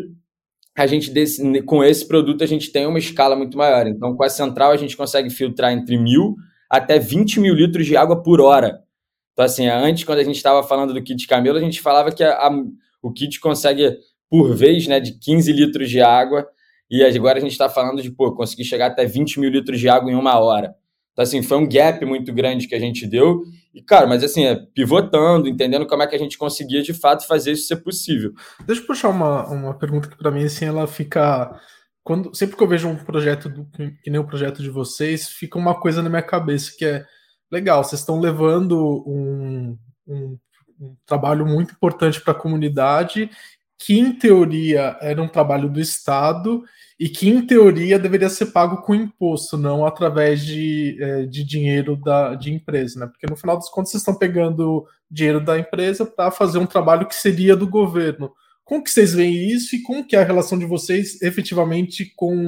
a gente, desse, com esse produto a gente tem uma escala muito maior. Então, com a central a gente consegue filtrar entre mil até vinte mil litros de água por hora. Então, assim, antes, quando a gente estava falando do kit Camelo, a gente falava que a, a, o kit consegue, por vez, né, de quinze litros de água, e agora a gente está falando de, pô, conseguir chegar até vinte mil litros de água em uma hora. Então, assim, foi um gap muito grande que a gente deu, e, cara, mas, assim, é pivotando, entendendo como é que a gente conseguia, de fato, fazer isso ser possível. Deixa eu puxar uma, uma pergunta que, para mim, assim, ela fica... Quando, sempre que eu vejo um projeto do, que nem o projeto de vocês, fica uma coisa na minha cabeça que é legal, vocês estão levando um, um, um trabalho muito importante para a comunidade que, em teoria, era um trabalho do Estado e que, em teoria, deveria ser pago com imposto, não através de, é, de dinheiro da, de empresa, né? Porque, no final dos contos, vocês estão pegando dinheiro da empresa para fazer um trabalho que seria do governo. Como que vocês veem isso e como que é a relação de vocês, efetivamente, com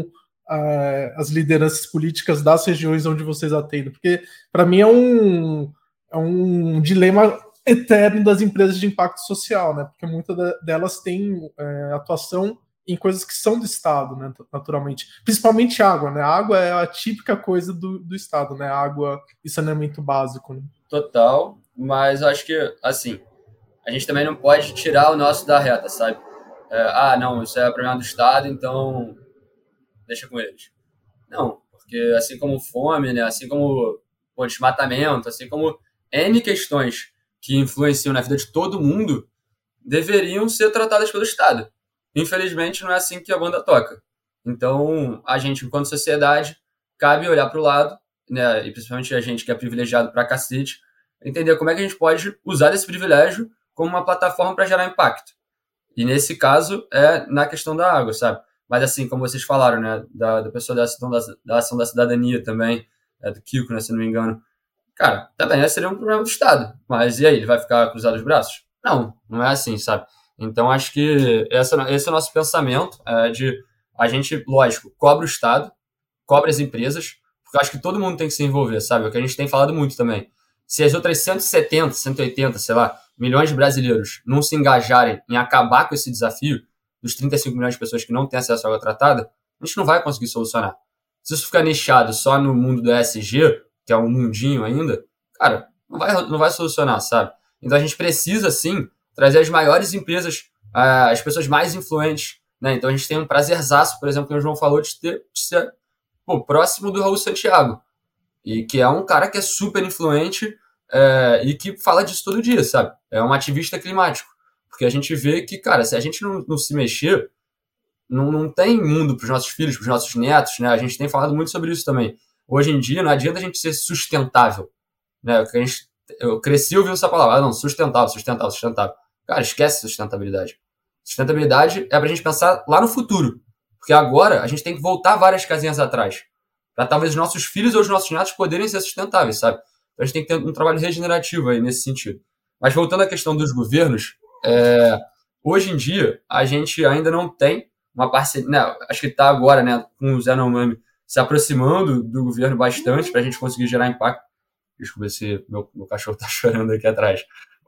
uh, as lideranças políticas das regiões onde vocês atendem? Porque, para mim, é um, é um dilema eterno das empresas de impacto social, né? Porque muitas delas têm é, atuação em coisas que são do Estado, né? Naturalmente. Principalmente água, né? A água é a típica coisa do, do Estado, né? Água e saneamento básico. Né? Total, mas eu acho que, assim, a gente também não pode tirar o nosso da reta, sabe? É, ah, não, isso é problema do Estado, então deixa com eles. Não, porque assim como fome, né? Assim como pô, desmatamento, assim como N questões que influenciam na vida de todo mundo, deveriam ser tratadas pelo Estado. Infelizmente, não é assim que a banda toca. Então, a gente, enquanto sociedade, cabe olhar para o lado, né, e principalmente a gente que é privilegiado pra cacete, entender como é que a gente pode usar esse privilégio como uma plataforma para gerar impacto. E nesse caso, é na questão da água, sabe? Mas assim, como vocês falaram, né, da, da pessoa da ação da, da ação da cidadania também, é, do Kiko, né, se não me engano, cara, também seria um problema do Estado. Mas e aí, ele vai ficar cruzado os braços? Não, não é assim, sabe? Então, acho que essa, esse é o nosso pensamento, é, de a gente, lógico, cobra o Estado, cobra as empresas, porque eu acho que todo mundo tem que se envolver, sabe? É o que a gente tem falado muito também. Se as outras cento e setenta, cento e oitenta, sei lá, milhões de brasileiros não se engajarem em acabar com esse desafio dos trinta e cinco milhões de pessoas que não têm acesso à água tratada, a gente não vai conseguir solucionar. Se isso ficar nichado só no mundo do E S G, que é um mundinho ainda, cara, não vai, não vai solucionar, sabe? Então a gente precisa, sim, trazer as maiores empresas, as pessoas mais influentes, né? Então a gente tem um prazerzaço, por exemplo, que o João falou, de, ter, de ser pô, próximo do Raul Santiago, e que é um cara que é super influente é, e que fala disso todo dia, sabe? É um ativista climático, porque a gente vê que, cara, se a gente não, não se mexer, não, não tem mundo para os nossos filhos, para os nossos netos, né? A gente tem falado muito sobre isso também. Hoje em dia, não adianta a gente ser sustentável, né? A gente, eu cresci ouvindo essa palavra, ah, não, sustentável, sustentável, sustentável. Cara, esquece sustentabilidade. Sustentabilidade é pra gente pensar lá no futuro, porque agora a gente tem que voltar várias casinhas atrás, para talvez os nossos filhos ou os nossos netos poderem ser sustentáveis, sabe? Então a gente tem que ter um trabalho regenerativo aí nesse sentido. Mas voltando à questão dos governos, é, hoje em dia a gente ainda não tem uma parceria, né, acho que está agora, né, com o Zé Yanomami se aproximando do governo bastante para a gente conseguir gerar impacto. Desculpa se meu, meu cachorro está chorando aqui atrás.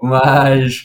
Mas,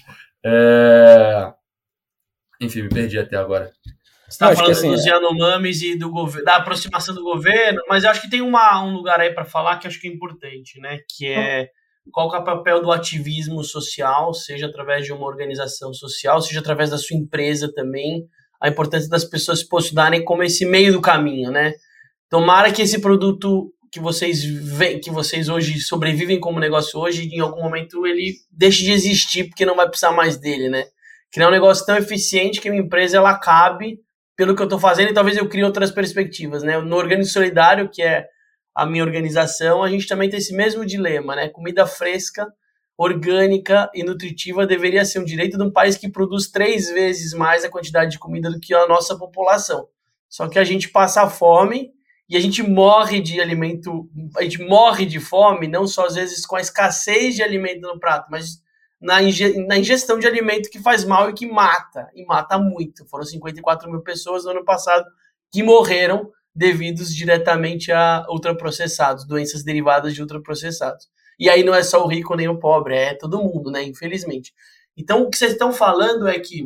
é... enfim, me perdi até agora. Você estava falando assim, dos Yanomamis é... e do governo, da aproximação do governo, mas eu acho que tem uma, um lugar aí para falar que eu acho que é importante, né? Que é qual que é o papel do ativismo social, seja através de uma organização social, seja através da sua empresa também, a importância das pessoas se posicionarem como esse meio do caminho, né? Tomara que esse produto que vocês veem, que vocês hoje sobrevivem como negócio hoje, em algum momento ele deixe de existir porque não vai precisar mais dele, né? Criar um negócio tão eficiente que a minha empresa ela cabe pelo que eu estou fazendo e talvez eu crie outras perspectivas, né? No Orgânico Solidário, que é a minha organização, a gente também tem esse mesmo dilema, né? Comida fresca, orgânica e nutritiva deveria ser um direito de um país que produz três vezes mais a quantidade de comida do que a nossa população. Só que a gente passa fome e a gente morre de alimento, a gente morre de fome, não só às vezes com a escassez de alimento no prato, mas na, inge, na ingestão de alimento que faz mal e que mata, e mata muito. Foram cinquenta e quatro mil pessoas no ano passado que morreram devidos diretamente a ultraprocessados, doenças derivadas de ultraprocessados. E aí não é só o rico nem o pobre, é todo mundo, né, infelizmente. Então o que vocês estão falando é que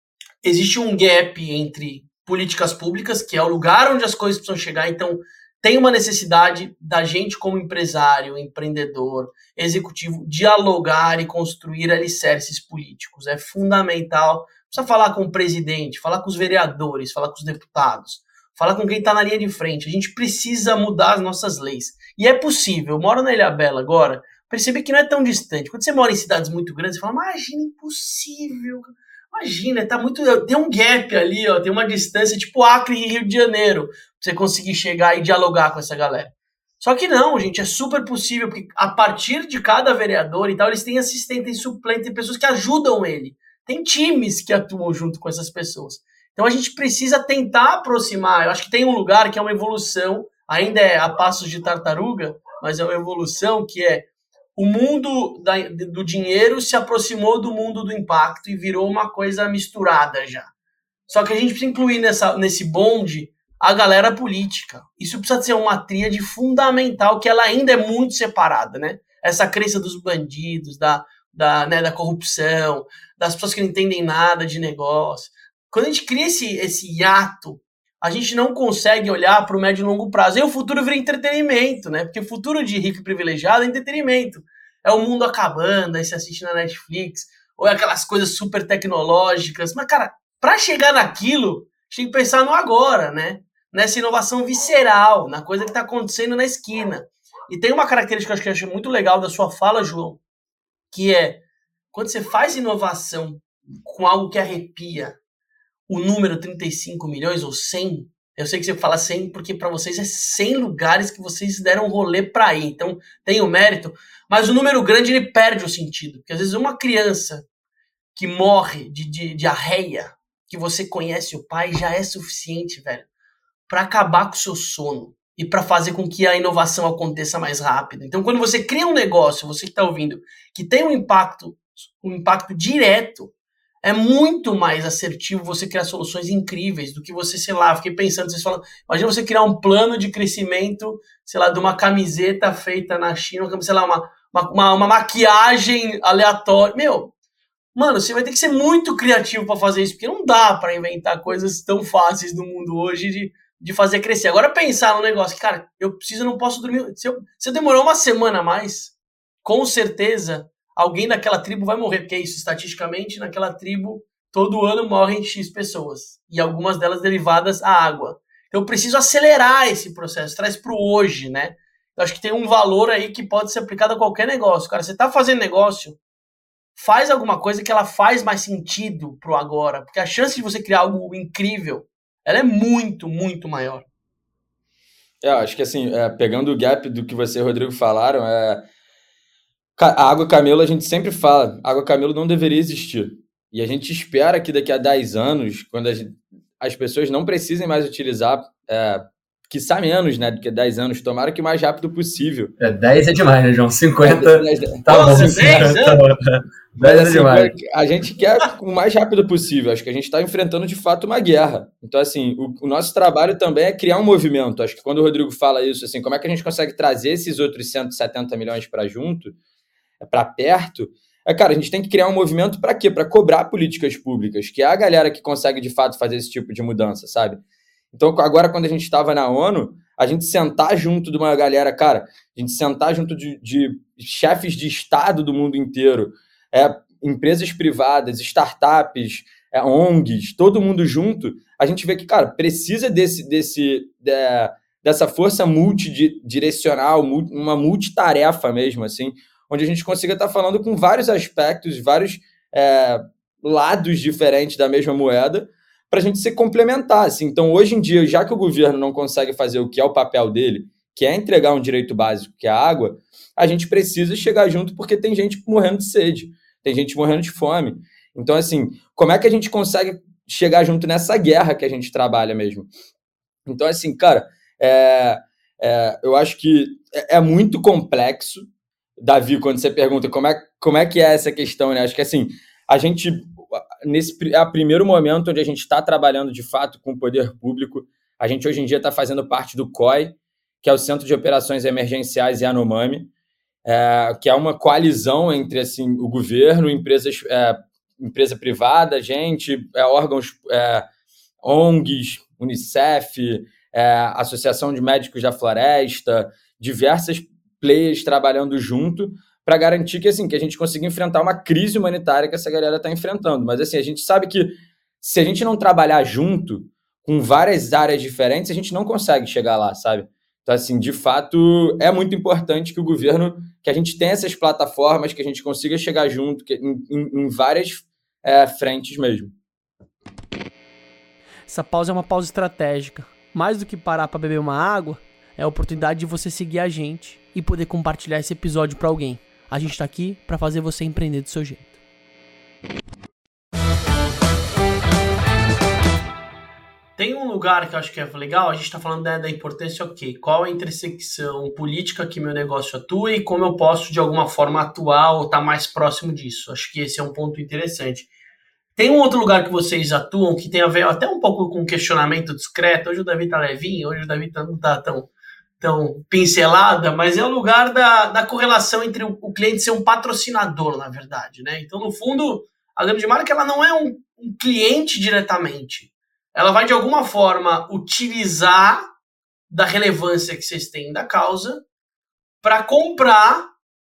existe um gap entre políticas públicas, que é o lugar onde as coisas precisam chegar, então tem uma necessidade da gente como empresário, empreendedor, executivo, dialogar e construir alicerces políticos. É fundamental. Precisa falar com o presidente, falar com os vereadores, falar com os deputados, falar com quem está na linha de frente. A gente precisa mudar as nossas leis. E é possível. Eu moro na Ilhabela agora, percebi que não é tão distante. Quando você mora em cidades muito grandes, você fala, imagina, impossível. Imagina, tá muito, tem um gap ali, ó, tem uma distância tipo Acre e Rio de Janeiro, pra você conseguir chegar e dialogar com essa galera. Só que não, gente, é super possível, porque a partir de cada vereador e tal, eles têm assistente e suplente, pessoas que ajudam ele. tem times que atuam junto com essas pessoas. Então a gente precisa tentar aproximar. Eu acho que tem um lugar que é uma evolução, ainda é a passos de tartaruga, mas é uma evolução que é o mundo da, do dinheiro se aproximou do mundo do impacto e virou uma coisa misturada já. Só que a gente precisa incluir nessa, nesse bonde a galera política. Isso precisa ser uma tríade fundamental, que ela ainda é muito separada, né? Essa crença dos bandidos, da, da, né, da corrupção, das pessoas que não entendem nada de negócio. Quando a gente cria esse, esse hiato, a gente não consegue olhar para o médio e longo prazo. E o futuro vira entretenimento, né? Porque o futuro de rico e privilegiado é entretenimento. É o mundo acabando, aí você assiste na Netflix, ou é aquelas coisas super tecnológicas. Mas, cara, para chegar naquilo, a gente tem que pensar no agora, né? Nessa inovação visceral, na coisa que está acontecendo na esquina. E tem uma característica que eu acho que eu acho muito legal da sua fala, João, que é, quando você faz inovação com algo que arrepia, o número trinta e cinco milhões ou cem, eu sei que você fala cem porque para vocês é cem lugares que vocês deram rolê para ir, então tem o mérito, mas o número grande ele perde o sentido, porque às vezes uma criança que morre de, de diarreia, que você conhece o pai, já é suficiente, velho, para acabar com o seu sono e para fazer com que a inovação aconteça mais rápido. Então quando você cria um negócio, você que está ouvindo, que tem um impacto, um impacto direto, é muito mais assertivo você criar soluções incríveis do que você, sei lá, fiquei pensando, vocês falam, imagina você criar um plano de crescimento, sei lá, de uma camiseta feita na China, sei lá, uma, uma, uma maquiagem aleatória. Meu, mano, você vai ter que ser muito criativo para fazer isso, porque não dá para inventar coisas tão fáceis no mundo hoje de, de fazer crescer. Agora pensar no negócio que, cara, eu preciso, eu não posso dormir. Se eu, se eu demorar uma semana a mais, com certeza alguém daquela tribo vai morrer, porque é isso, estatisticamente, naquela tribo, todo ano morrem X pessoas, e algumas delas derivadas à água. Então eu preciso acelerar esse processo, traz para o hoje, né? Eu acho que tem um valor aí que pode ser aplicado a qualquer negócio. Cara, você está fazendo negócio, faz alguma coisa que ela faz mais sentido pro agora, porque a chance de você criar algo incrível, ela é muito, muito maior. É, acho que assim, é, pegando o gap do que você e o Rodrigo falaram, é... a água camelo a gente sempre fala, a água camelo não deveria existir. E a gente espera que daqui a dez anos, quando as, as pessoas não precisem mais utilizar, é, quiçá menos, né, do que dez anos, tomara que o mais rápido possível. É, dez é demais, né, João? cinquenta, é, dez, dez, tá bom. dez anos? dez é demais. A gente quer o mais rápido possível, acho que a gente está enfrentando de fato uma guerra. Então, assim, o, o nosso trabalho também é criar um movimento. Acho que quando o Rodrigo fala isso, assim, como é que a gente consegue trazer esses outros cento e setenta milhões para junto, para perto, é, cara, a gente tem que criar um movimento para quê? Para cobrar políticas públicas, que é a galera que consegue, de fato, fazer esse tipo de mudança, sabe? Então, agora, quando a gente estava na ONU, a gente sentar junto de uma galera, cara, a gente sentar junto de, de chefes de Estado do mundo inteiro, é, empresas privadas, startups, é, O N Gs, todo mundo junto, a gente vê que, cara, precisa desse, desse, de, dessa força multidirecional, uma multitarefa mesmo, assim, onde a gente consiga estar falando com vários aspectos, vários é, lados diferentes da mesma moeda, para a gente se complementar. Assim. Então, hoje em dia, já que o governo não consegue fazer o que é o papel dele, que é entregar um direito básico, que é a água, a gente precisa chegar junto porque tem gente morrendo de sede, tem gente morrendo de fome. Então, assim, como é que a gente consegue chegar junto nessa guerra que a gente trabalha mesmo? Então, assim, cara, é, é, eu acho que é, é muito complexo. Davi, quando você pergunta como é, como é que é essa questão, né? Acho que assim, a gente, nesse é o primeiro momento onde a gente está trabalhando de fato com o poder público, a gente hoje em dia está fazendo parte do C O I, que é o Centro de Operações Emergenciais Yanomami, é, que é uma coalizão entre assim, o governo, empresas, é, empresa privada, gente, é, órgãos, é, O N Gs, Unicef, é, Associação de Médicos da Floresta, diversas players trabalhando junto para garantir que, assim, que a gente consiga enfrentar uma crise humanitária que essa galera está enfrentando. Mas assim, a gente sabe que se a gente não trabalhar junto com várias áreas diferentes, a gente não consegue chegar lá, sabe? Então, assim, de fato, é muito importante que o governo, que a gente tenha essas plataformas, que a gente consiga chegar junto que, em, em, em várias é, frentes mesmo. Essa pausa é uma pausa estratégica. Mais do que parar para beber uma água, é a oportunidade de você seguir a gente e poder compartilhar esse episódio para alguém. A gente tá aqui para fazer você empreender do seu jeito. tem um lugar que eu acho que é legal, a gente está falando né, da importância, ok, qual a intersecção política que meu negócio atua e como eu posso, de alguma forma, atuar ou estar tá mais próximo disso. Acho que esse é um ponto interessante. Tem um outro lugar que vocês atuam que tem a ver até um pouco com questionamento discreto. Hoje o Davi tá levinho, hoje o Davi tá, não tá tão, tão pincelada, mas é o lugar da, da correlação entre o, o cliente ser um patrocinador, na verdade, né? Então, no fundo, a grande marca ela não é um, um cliente diretamente. Ela vai, de alguma forma, utilizar da relevância que vocês têm da causa para comprar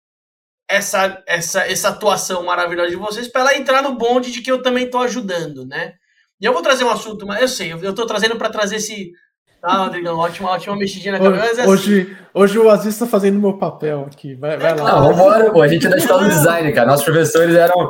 essa, essa, essa atuação maravilhosa de vocês para ela entrar no bonde de que eu também estou ajudando, né? E eu vou trazer um assunto, mas eu sei, eu estou trazendo para trazer esse... Ah, Rodrigão, ótima, ótima mexidinha na cabeça. Assim. Hoje, hoje o Aziz está fazendo meu papel aqui, vai, vai é, lá. Não, vambora, pô, a gente é da escola do design, cara. Nossos professores eram...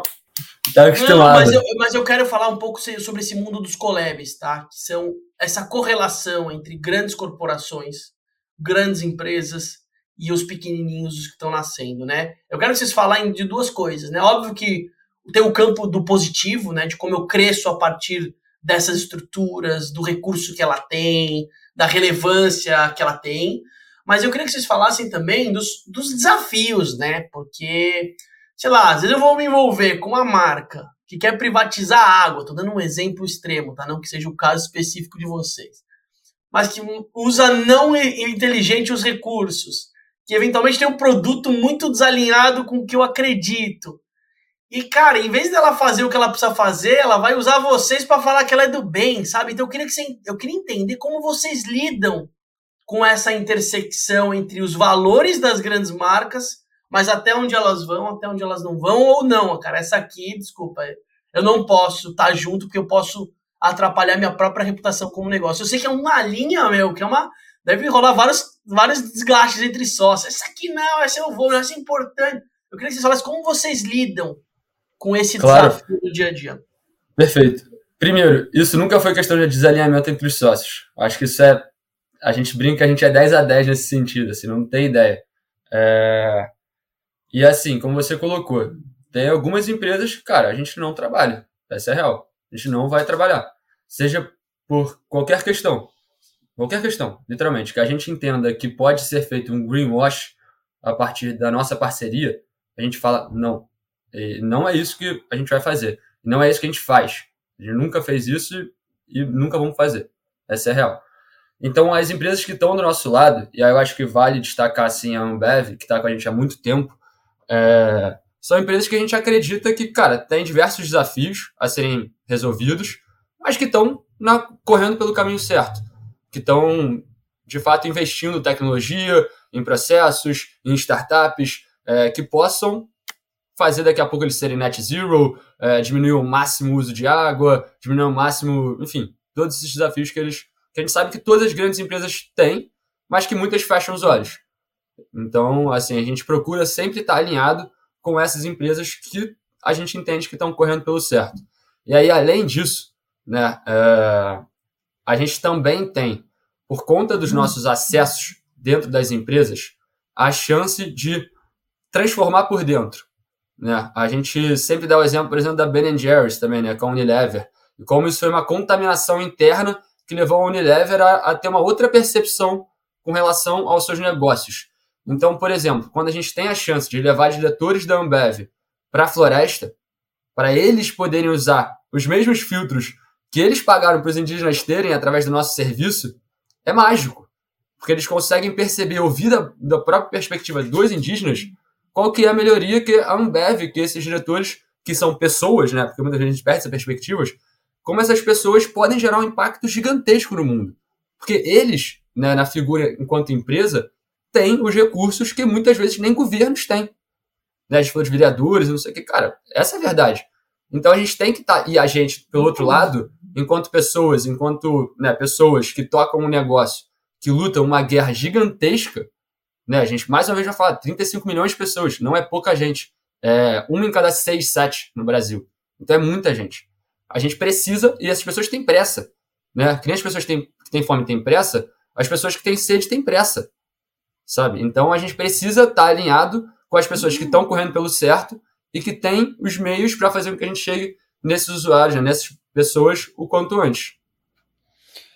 Não, mas, eu, mas eu quero falar um pouco sobre esse mundo dos collabs, tá? Que são essa correlação entre grandes corporações, grandes empresas e os pequenininhos que estão nascendo, né? Eu quero que vocês falem de duas coisas, né? Óbvio que tem o campo do positivo, né? De como eu cresço a partir dessas estruturas, do recurso que ela tem, da relevância que ela tem. Mas eu queria que vocês falassem também dos, dos desafios, né? Porque... sei lá, às vezes eu vou me envolver com uma marca que quer privatizar a água, tô dando um exemplo extremo, tá? Não que seja o caso específico de vocês. Mas que usa não inteligente os recursos, que eventualmente tem um produto muito desalinhado com o que eu acredito. E, cara, em vez dela fazer o que ela precisa fazer, ela vai usar vocês para falar que ela é do bem, sabe? Então eu queria, que você, eu queria entender como vocês lidam com essa intersecção entre os valores das grandes marcas, mas até onde elas vão, até onde elas não vão, ou não, cara. Essa aqui, desculpa, eu não posso estar junto, porque eu posso atrapalhar minha própria reputação como negócio. Eu sei que é uma linha, meu, que é uma... deve rolar vários, vários desgastes entre sócios. Essa aqui não, essa eu vou, essa é importante. Eu queria que vocês falassem como vocês lidam com esse claro. desafio do dia a dia. Perfeito. Primeiro, isso nunca foi questão de desalinhamento entre os sócios. Acho que isso é... a gente brinca que a gente é dez a dez nesse sentido, assim, não tem ideia. É... E assim, como você colocou, tem algumas empresas que, cara, a gente não trabalha. Essa é real. A gente não vai trabalhar. Seja por qualquer questão. Qualquer questão, literalmente. Que a gente entenda que pode ser feito um greenwash a partir da nossa parceria, a gente fala, não. E não é isso que a gente vai fazer. Não é isso que a gente faz. A gente nunca fez isso e nunca vamos fazer. Essa é a real. Então, as empresas que estão do nosso lado, e aí eu acho que vale destacar, assim, a Ambev, que está com a gente há muito tempo, É, são empresas que a gente acredita que, cara, tem diversos desafios a serem resolvidos, mas que estão correndo pelo caminho certo, que estão, de fato, investindo em tecnologia, em processos, em startups, é, que possam fazer daqui a pouco eles serem net zero, é, diminuir o máximo o uso de água, diminuir o máximo, enfim, todos esses desafios que eles, que a gente sabe que todas as grandes empresas têm, mas que muitas fecham os olhos. Então, assim, a gente procura sempre estar alinhado com essas empresas que a gente entende que estão correndo pelo certo. E aí, além disso, né, é, a gente também tem, por conta dos nossos acessos dentro das empresas, a chance de transformar por dentro. Né? A gente sempre dá o exemplo, por exemplo, da Ben and Jerry's também, né, com a Unilever, e como isso foi uma contaminação interna que levou a Unilever a, a ter uma outra percepção com relação aos seus negócios. Então, por exemplo, quando a gente tem a chance de levar diretores da Ambev para a floresta, para eles poderem usar os mesmos filtros que eles pagaram para os indígenas terem através do nosso serviço, é mágico. Porque eles conseguem perceber, ouvir da, da própria perspectiva dos indígenas, qual que é a melhoria que a Ambev, que esses diretores, que são pessoas, né, porque muita gente perde essas perspectivas, como essas pessoas podem gerar um impacto gigantesco no mundo. Porque eles, né, na figura enquanto empresa, têm os recursos que muitas vezes nem governos têm. Né? A gente falou de vereadores, não sei o que. Cara, essa é a verdade. Então a gente tem que estar... Tá, e a gente, pelo outro lado, enquanto pessoas, enquanto né, pessoas que tocam um negócio, que lutam uma guerra gigantesca, né? A gente, mais uma vez, vai falar, trinta e cinco milhões de pessoas, não é pouca gente. É uma em cada seis, sete no Brasil. Então é muita gente. A gente precisa, e essas pessoas têm pressa. Né? Que nem as pessoas que têm, que têm fome têm pressa, as pessoas que têm sede têm pressa. Sabe? Então a gente precisa estar alinhado com as pessoas que estão correndo pelo certo e que têm os meios para fazer com que a gente chegue nesses usuários, né? Nessas pessoas, o quanto antes.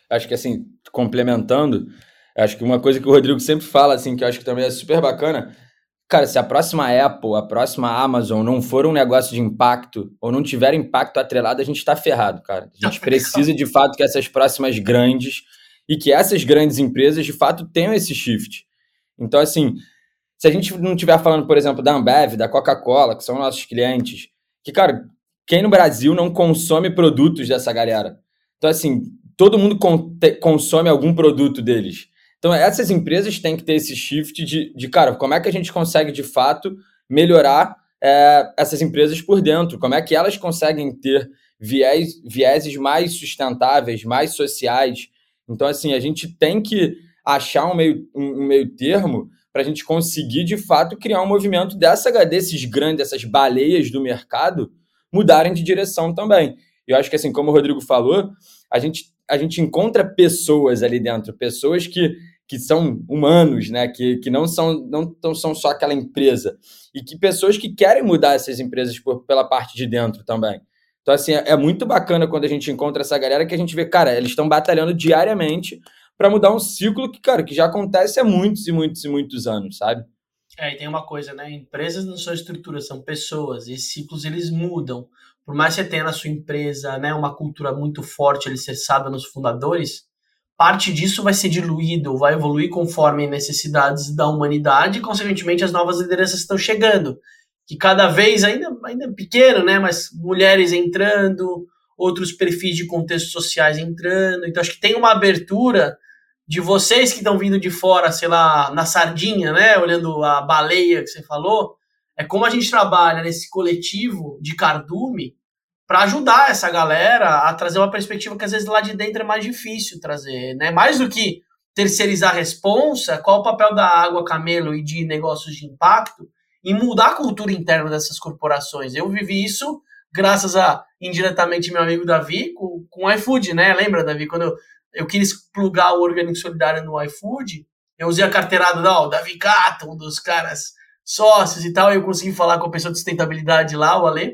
acho que assim, complementando, acho que uma coisa que o Rodrigo sempre fala, assim, que eu acho que também é super bacana, cara, se a próxima Apple, a próxima Amazon não for um negócio de impacto, ou não tiver impacto atrelado, a gente tá ferrado, cara. A gente precisa, de fato, que essas próximas grandes, e que essas grandes empresas, de fato, tenham esse shift. Então, assim, se a gente não estiver falando, por exemplo, da Ambev, da Coca-Cola, que são nossos clientes, que, cara, quem no Brasil não consome produtos dessa galera? Então, assim, todo mundo con- te- consome algum produto deles. Então, essas empresas têm que ter esse shift de, de, cara, como é que a gente consegue, de fato, melhorar é, essas empresas por dentro? Como é que elas conseguem ter viés, vieses mais sustentáveis, mais sociais? Então, assim, a gente tem que achar um meio, um, um meio termo para a gente conseguir, de fato, criar um movimento dessa, desses grandes, essas baleias do mercado mudarem de direção também. Eu acho que, assim, como o Rodrigo falou, a gente, a gente encontra pessoas ali dentro, pessoas que, que são humanos, né? que, que não, são, não tão, são só aquela empresa, e que pessoas que querem mudar essas empresas por, pela parte de dentro também. Então, assim, é, é muito bacana quando a gente encontra essa galera que a gente vê, cara, eles estão batalhando diariamente para mudar um ciclo que, cara, que já acontece há muitos e muitos e muitos anos, sabe? É, e tem uma coisa, né? Empresas não são estruturas, são pessoas. E esses ciclos, eles mudam. Por mais que você tenha na sua empresa, né, uma cultura muito forte, ele ser sábio nos fundadores, parte disso vai ser diluído, vai evoluir conforme necessidades da humanidade e, consequentemente, as novas lideranças estão chegando. Que cada vez, ainda, ainda pequeno, né? Mas mulheres entrando, outros perfis de contextos sociais entrando. Então, acho que tem uma abertura de vocês que estão vindo de fora, sei lá, na sardinha, né, olhando a baleia que você falou, é como a gente trabalha nesse coletivo de cardume para ajudar essa galera a trazer uma perspectiva que às vezes lá de dentro é mais difícil trazer, né? Mais do que terceirizar a responsa, qual o papel da Água Camelo e de negócios de impacto em mudar a cultura interna dessas corporações. Eu vivi isso graças a, indiretamente, meu amigo Davi, com, com o iFood, né? Lembra, Davi, quando eu eu quis plugar o Orgânico Solidário no iFood, eu usei a carteirada da Davi Cato, um dos caras sócios e tal, e eu consegui falar com a pessoa de sustentabilidade lá, o Ale,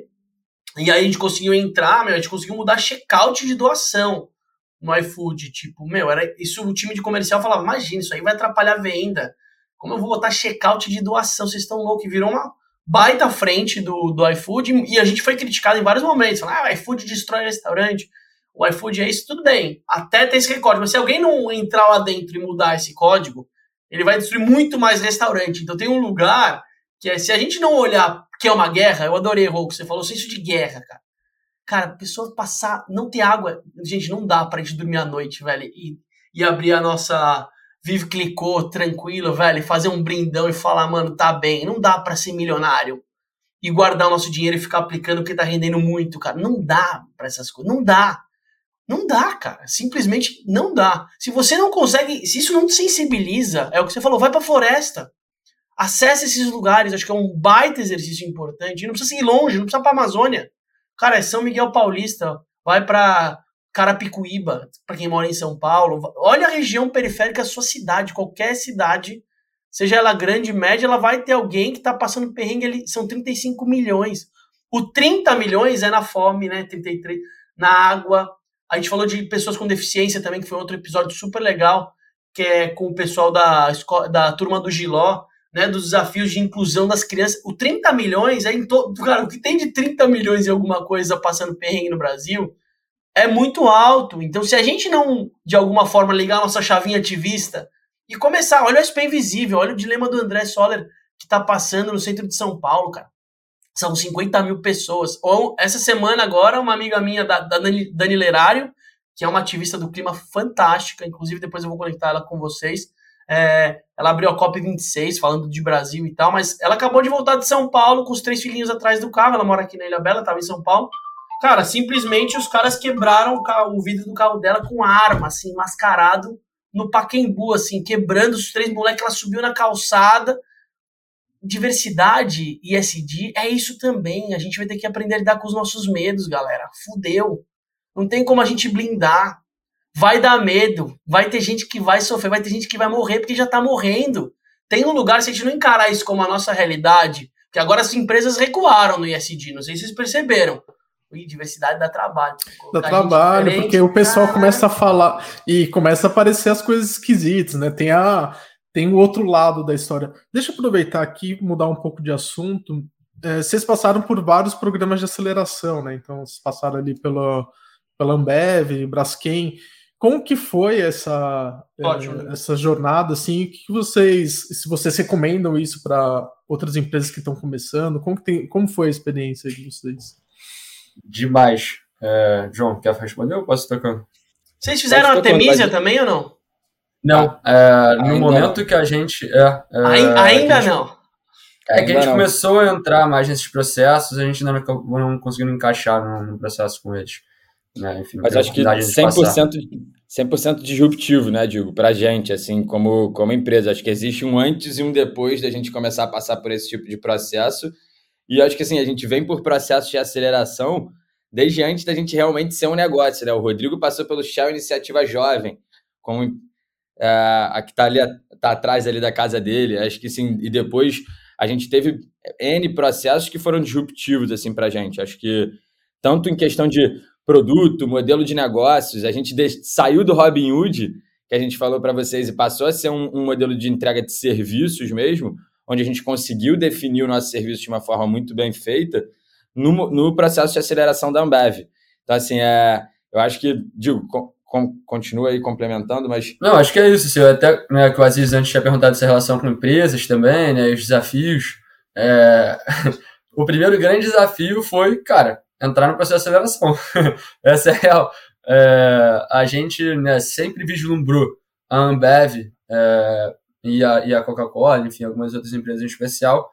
e aí a gente conseguiu entrar, meu, a gente conseguiu mudar check-out de doação no iFood, tipo, meu, era isso, o time de comercial falava, imagina, isso aí vai atrapalhar a venda, como eu vou botar check-out de doação, vocês estão loucos, e virou uma baita frente do, do iFood, e a gente foi criticado em vários momentos, falando, ah, o iFood destrói restaurante, o iFood é isso, tudo bem, até ter esse código, mas se alguém não entrar lá dentro e mudar esse código, ele vai destruir muito mais restaurante. Então tem um lugar que é, se a gente não olhar que é uma guerra, eu adorei, Rô, que você falou, senso de guerra, cara. Cara, a pessoa passar, não ter água, gente, não dá pra gente dormir à noite, velho, e, e abrir a nossa Vive Clicô, tranquilo, velho, e fazer um brindão e falar, mano, tá bem, não dá pra ser milionário e guardar o nosso dinheiro e ficar aplicando porque tá rendendo muito, cara, não dá pra essas coisas, não dá. Não dá, cara. Simplesmente não dá. Se você não consegue, se isso não te sensibiliza, é o que você falou, vai pra floresta. Acesse esses lugares, acho que é um baita exercício importante. Não precisa ir longe, não precisa pra Amazônia. Cara, é São Miguel Paulista, vai pra Carapicuíba, pra quem mora em São Paulo. Olha a região periférica da sua cidade, qualquer cidade, seja ela grande, média, ela vai ter alguém que tá passando perrengue ali. São trinta e cinco milhões. O trinta milhões é na fome, né? trinta e três, na água. A gente falou de pessoas com deficiência também, que foi outro episódio super legal, que é com o pessoal da, escola, da turma do Giló, né, dos desafios de inclusão das crianças. O trinta milhões é em todo... Cara, o que tem de trinta milhões e alguma coisa passando perrengue no Brasil é muito alto. Então, se a gente não, de alguma forma, ligar a nossa chavinha ativista e começar, olha o S P Invisível, olha o dilema do André Soller que tá passando no centro de São Paulo, cara. São cinquenta mil pessoas. Ou, essa semana agora, uma amiga minha, da, da Dani, Dani Lerário, que é uma ativista do clima fantástica, inclusive depois eu vou conectar ela com vocês, é, ela abriu a COP vinte e seis, falando de Brasil e tal, mas ela acabou de voltar de São Paulo com os três filhinhos atrás do carro, ela mora aqui na Ilha Bela, estava em São Paulo. Cara, simplesmente os caras quebraram o, carro, o vidro do carro dela com arma, assim, mascarado no Pacaembu, assim, quebrando os três moleques, ela subiu na calçada. Diversidade e E S G é isso também. A gente vai ter que aprender a lidar com os nossos medos, galera. Fudeu. Não tem como a gente blindar. Vai dar medo. Vai ter gente que vai sofrer. Vai ter gente que vai morrer porque já tá morrendo. Tem um lugar, se a gente não encarar isso como a nossa realidade, que agora as empresas recuaram no E S G. Não sei se vocês perceberam. E diversidade dá trabalho. Dá trabalho, porque o pessoal cara... começa a falar e começa a aparecer as coisas esquisitas, né? Tem, a, tem o outro lado da história. Deixa eu aproveitar aqui, mudar um pouco de assunto. É, vocês passaram por vários programas de aceleração, né? Então, vocês passaram ali pela, pela Ambev, Braskem. Como que foi essa, é, essa jornada, assim? O que vocês, se vocês recomendam isso para outras empresas que estão começando? Como, que tem, como foi a experiência de vocês? Demais. É, João, quer responder ou posso tocar? Vocês fizeram a Temísia também ou não? Não. Ah, é, no momento não. que a gente... É, é, ainda ainda gente, não? É que a gente não. começou a entrar mais nesses processos, a gente ainda não, não conseguiu encaixar no, no processo com eles. Né? Enfim, mas acho que cem por cento, cem por cento disruptivo, né, Diego, pra gente, assim, como, como empresa. Acho que existe um antes e um depois da gente começar a passar por esse tipo de processo. E acho que, assim, a gente vem por processos de aceleração desde antes da gente realmente ser um negócio, né? O Rodrigo passou pelo Shell Iniciativa Jovem, como é, a que tá ali, tá atrás ali da casa dele. Acho que, sim, e depois a gente teve N processos que foram disruptivos, assim, pra gente. Acho que tanto em questão de produto, modelo de negócios, a gente de... saiu do Robinhood, que a gente falou para vocês, e passou a ser um, um modelo de entrega de serviços mesmo, onde a gente conseguiu definir o nosso serviço de uma forma muito bem feita no, no processo de aceleração da Ambev. Então, assim, é, eu acho que, digo, com, com, continua aí complementando, mas... Não, acho que é isso, senhor. Até né, que o Aziz antes tinha perguntado essa relação com empresas também, né, os desafios. É... o primeiro grande desafio foi, cara, entrar no processo de aceleração. Essa é a real. É, a gente né, sempre vislumbrou a Ambev é, e a, e a Coca-Cola, enfim, algumas outras empresas em especial,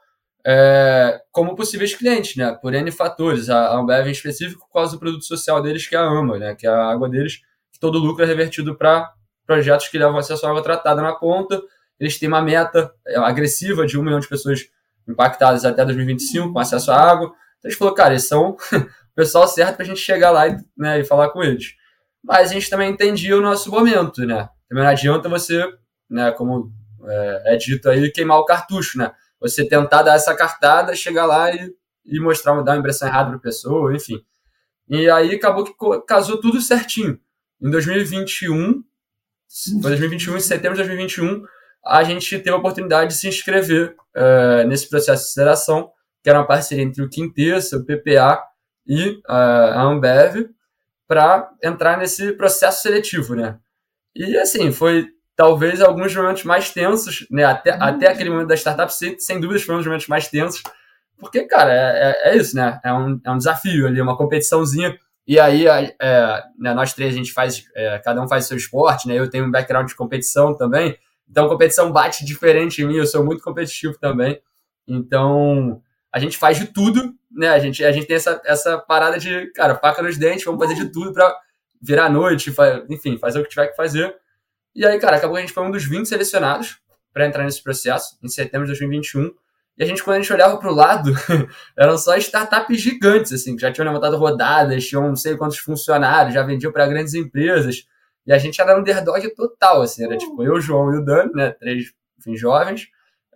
é, como possíveis clientes, né, por N fatores. A, a Ambev em específico por causa do produto social deles, que é a AMA, né, que é a água deles, que todo o lucro é revertido para projetos que levam acesso à água tratada na ponta. Eles têm uma meta agressiva de um milhão de pessoas impactadas até dois mil e vinte e cinco com acesso à água. Então a gente falou, cara, eles são o pessoal certo pra gente chegar lá e, né, e falar com eles. Mas a gente também entendia o nosso momento, né? Também não adianta você, né, como é, é dito aí, queimar o cartucho, né? Você tentar dar essa cartada, chegar lá e, e mostrar, dar uma impressão errada pra pessoa, enfim. E aí acabou que casou tudo certinho. Em dois mil e vinte e um, foi dois mil e vinte e um, em setembro de dois mil e vinte e um, a gente teve a oportunidade de se inscrever uh, nesse processo de aceleração, que era uma parceria entre o Quintessa, o P P A e uh, a Ambev, para entrar nesse processo seletivo, né? E, assim, foi talvez alguns momentos mais tensos, né? Até, uhum. até aquele momento da startup, sem, sem dúvidas, foram os momentos mais tensos, porque, cara, é, é, é isso, né? É um, é um desafio ali, uma competiçãozinha. E aí, é, né, nós três, a gente faz, é, cada um faz seu esporte, né? Eu tenho um background de competição também, então a competição bate diferente em mim, eu sou muito competitivo também. Então, a gente faz de tudo, né? A gente, a gente tem essa, essa parada de, cara, faca nos dentes, vamos fazer de tudo pra virar a noite, fa- enfim, fazer o que tiver que fazer. E aí, cara, acabou que a gente foi um dos vinte selecionados para entrar nesse processo, em setembro de dois mil e vinte e um. E a gente, quando a gente olhava pro lado, eram só startups gigantes, assim, que já tinham levantado rodadas, tinham não sei quantos funcionários, já vendiam para grandes empresas. E a gente era um underdog total, assim, era tipo eu, o João e o Dani, né? Três, enfim, jovens.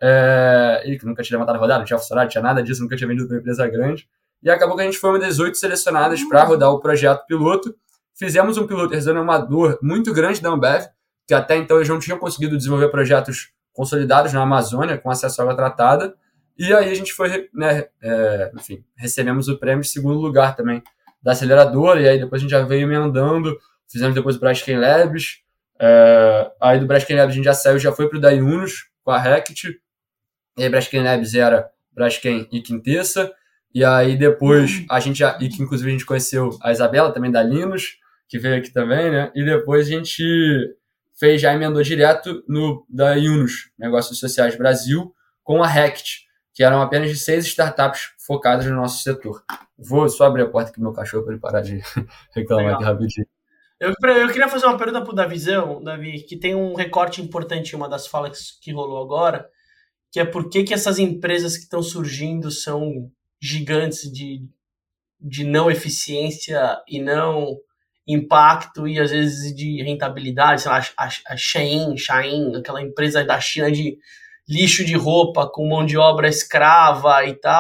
É, e que nunca tinha levantado rodada, não tinha funcionário, não tinha nada disso, nunca tinha vendido para uma empresa grande. E acabou que a gente foi uma das oito selecionadas para rodar o projeto piloto. Fizemos um piloto realizando uma dor muito grande da Ambev, que até então eles não tinham conseguido desenvolver projetos consolidados na Amazônia com acesso à água tratada. E aí a gente foi, né, é, enfim, recebemos o prêmio de segundo lugar também da aceleradora, e aí depois a gente já veio emendando, fizemos depois o Braskem Labs, é, aí do Braskem Labs a gente já saiu, já foi para o da Yunus, com a Rect, e aí Braskem Labs era Braskem e Quintessa, e aí depois a gente já, e que inclusive a gente conheceu a Isabela, também da Linus, que veio aqui também, né, e depois a gente fez, já emendou direto no da Yunus, Negócios Sociais Brasil, com a Rect, que eram apenas de seis startups focadas no nosso setor. Vou só abrir a porta aqui do meu cachorro para ele parar de reclamar Legal. Aqui rapidinho. Eu, eu queria fazer uma pergunta para o Davizão, Davi, que tem um recorte importante em uma das falas que rolou agora, que é por que, que essas empresas que estão surgindo são gigantes de, de não eficiência e não impacto e às vezes de rentabilidade, sei lá, a, a Shein, Shein, aquela empresa da China de lixo de roupa com mão de obra escrava e tal. Por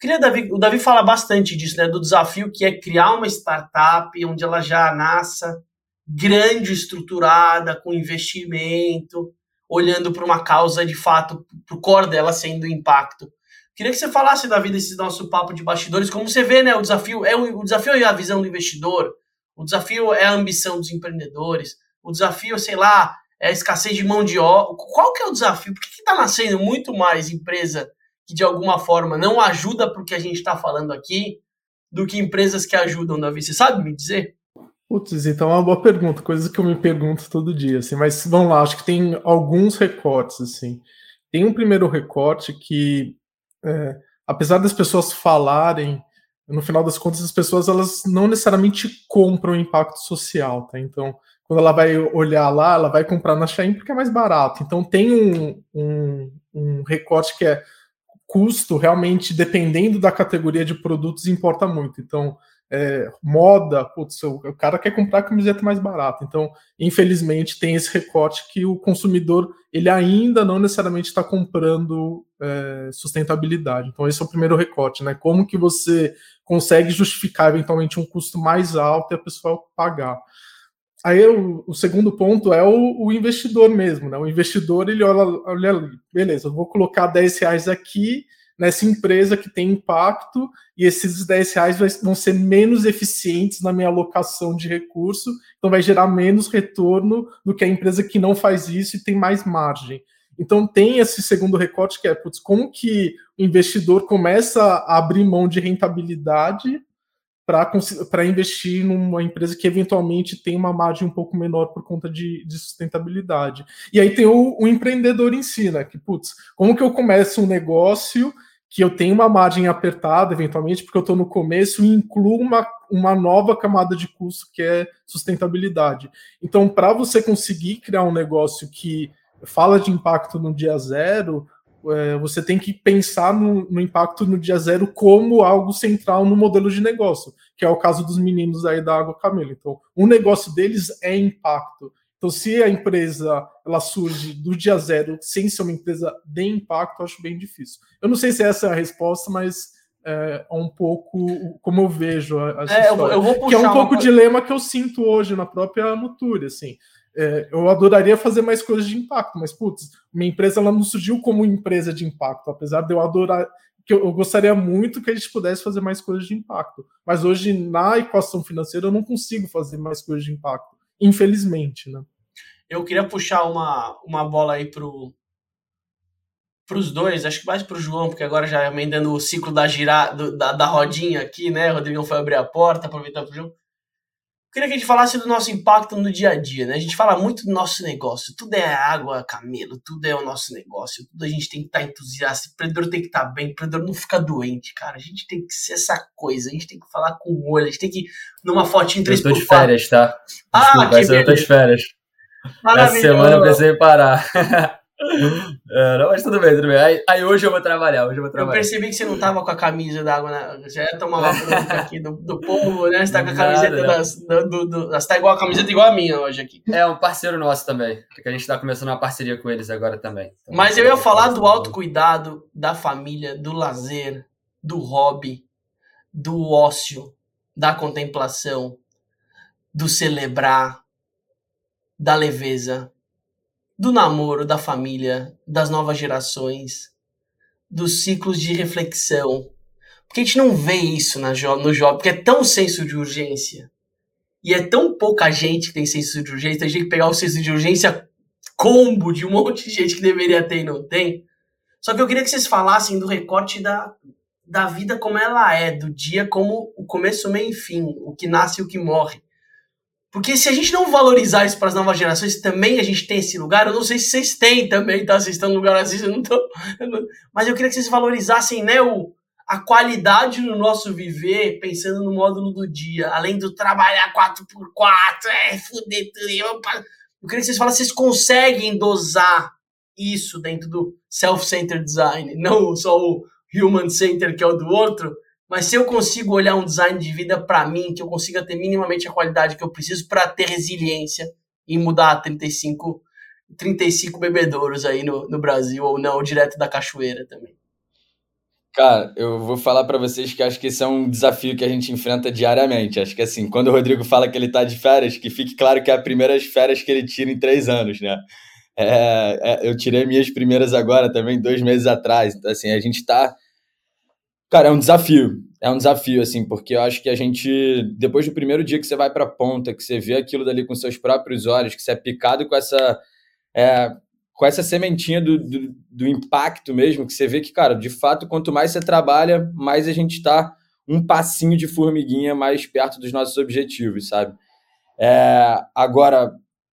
Queria, Davi, o Davi fala bastante disso, né, do desafio que é criar uma startup onde ela já nasça grande, estruturada, com investimento, olhando para uma causa de fato, para o core dela sendo impacto. Queria que você falasse, Davi, desse nosso papo de bastidores, como você vê, né, o desafio é o, o desafio é a visão do investidor, o desafio é a ambição dos empreendedores, o desafio, sei lá, é a escassez de mão de obra. Qual que é o desafio? Por que está nascendo muito mais empresa que de alguma forma não ajuda para o que a gente está falando aqui do que empresas que ajudam, Davi? Você sabe me dizer? Putz, então é uma boa pergunta, coisa que eu me pergunto todo dia, assim, mas vamos lá, acho que tem alguns recortes, assim. Tem um primeiro recorte que, é, apesar das pessoas falarem, no final das contas, as pessoas elas não necessariamente compram impacto social, tá? Então, quando ela vai olhar lá, ela vai comprar na Shein porque é mais barato. Então, tem um, um, um recorte que é custo, realmente, dependendo da categoria de produtos, importa muito. Então, é, moda, putz, o cara quer comprar camiseta mais barata. Então, infelizmente, tem esse recorte que o consumidor ele ainda não necessariamente está comprando é, sustentabilidade. Então, esse é o primeiro recorte, né? Como que você consegue justificar, eventualmente, um custo mais alto e a pessoa pagar. Aí, o, o segundo ponto é o, o investidor mesmo, né? O investidor, ele olha, olha ali, beleza, eu vou colocar dez reais aqui nessa empresa que tem impacto e esses dez reais vão ser menos eficientes na minha alocação de recurso, então vai gerar menos retorno do que a empresa que não faz isso e tem mais margem. Então tem esse segundo recorte que é, putz, como que o investidor começa a abrir mão de rentabilidade para investir numa empresa que eventualmente tem uma margem um pouco menor por conta de, de sustentabilidade. E aí tem o, o empreendedor em si, né? Que, putz, como que eu começo um negócio que eu tenho uma margem apertada, eventualmente, porque eu estou no começo, e incluo uma, uma nova camada de custo que é sustentabilidade. Então, para você conseguir criar um negócio que fala de impacto no dia zero, é, você tem que pensar no, no impacto no dia zero como algo central no modelo de negócio, que é o caso dos meninos aí da Água Camelo. Então, o negócio deles é impacto. Então, se a empresa ela surge do dia zero sem ser uma empresa de impacto, eu acho bem difícil. Eu não sei se essa é a resposta, mas é um pouco como eu vejo essa é, história. Eu vou puxar que é um pouco o uma... dilema que eu sinto hoje na própria Nature, assim. É, eu adoraria fazer mais coisas de impacto, mas, putz, minha empresa ela não surgiu como empresa de impacto, apesar de eu adorar, que eu, eu gostaria muito que a gente pudesse fazer mais coisas de impacto. Mas hoje, na equação financeira, eu não consigo fazer mais coisas de impacto, infelizmente, né? Eu queria puxar uma, uma bola aí pro, pros dois, acho que mais pro João, porque agora já emendando o ciclo da, gira, do, da, da rodinha aqui, né? O Rodrigão foi abrir a porta, aproveitar pro João. Queria que a gente falasse do nosso impacto no dia a dia, né? A gente fala muito do nosso negócio, tudo é Água Camelo, tudo é o nosso negócio, tudo a gente tem que estar entusiasta, o empreendedor tem que estar bem, o empreendedor não fica doente, cara, a gente tem que ser essa coisa, a gente tem que falar com o olho, a gente tem que ir numa fotinho três por quatro. Eu tô de férias, tá? Desculpa, ah, que eu tô de férias. Essa semana eu precisei parar. É, não, mas tudo bem, tudo bem. Aí, aí hoje eu vou trabalhar, hoje eu vou trabalhar. Eu percebi que você não tava com a camisa da água, né? Você ia tomar uma bronca aqui do, do povo, né? Você tá com a camiseta Nada, das, do, do, do, Você tá igual a camiseta igual a minha hoje aqui. É, um parceiro nosso também. Que a gente tá começando uma parceria com eles agora também. Então, mas eu ia falar do autocuidado, da família, do lazer, do hobby, do ócio, da contemplação, do celebrar, da leveza, do namoro, da família, das novas gerações, dos ciclos de reflexão. Porque a gente não vê isso na jo- no jovem, porque é tão senso de urgência. E é tão pouca gente que tem senso de urgência, a gente tem que pegar o senso de urgência combo de um monte de gente que deveria ter e não tem. Só que eu queria que vocês falassem do recorte da, da vida como ela é, do dia como o começo, o meio e fim, o que nasce e o que morre. Porque se a gente não valorizar isso para as novas gerações, também a gente tem esse lugar. Eu não sei se vocês têm também, tá? Vocês estão no lugar assim, eu não tô... Eu não... Mas eu queria que vocês valorizassem, né, o, a qualidade no nosso viver, pensando no módulo do dia. Além do trabalhar quatro por quatro, é, fuder tudo. Eu, eu queria que vocês falassem, vocês conseguem dosar isso dentro do self-centered design. Não só o human-centered, que é o do outro. Mas se eu consigo olhar um design de vida para mim, que eu consiga ter minimamente a qualidade que eu preciso para ter resiliência e mudar trinta e cinco, trinta e cinco bebedouros aí no, no Brasil, ou não, direto da cachoeira também. Cara, eu vou falar para vocês que acho que esse é um desafio que a gente enfrenta diariamente. Acho que assim, quando o Rodrigo fala que ele tá de férias, que fique claro que é a primeira férias que ele tira em três anos, né? É, é, eu tirei minhas primeiras agora também, dois meses atrás. Então, assim, a gente tá... Cara, é um desafio. É um desafio, assim, porque eu acho que a gente, depois do primeiro dia que você vai pra ponta, que você vê aquilo dali com seus próprios olhos, que você é picado com essa... É, com essa sementinha do, do, do impacto mesmo, que você vê que, cara, de fato, quanto mais você trabalha, mais a gente está um passinho de formiguinha mais perto dos nossos objetivos, sabe? É, agora,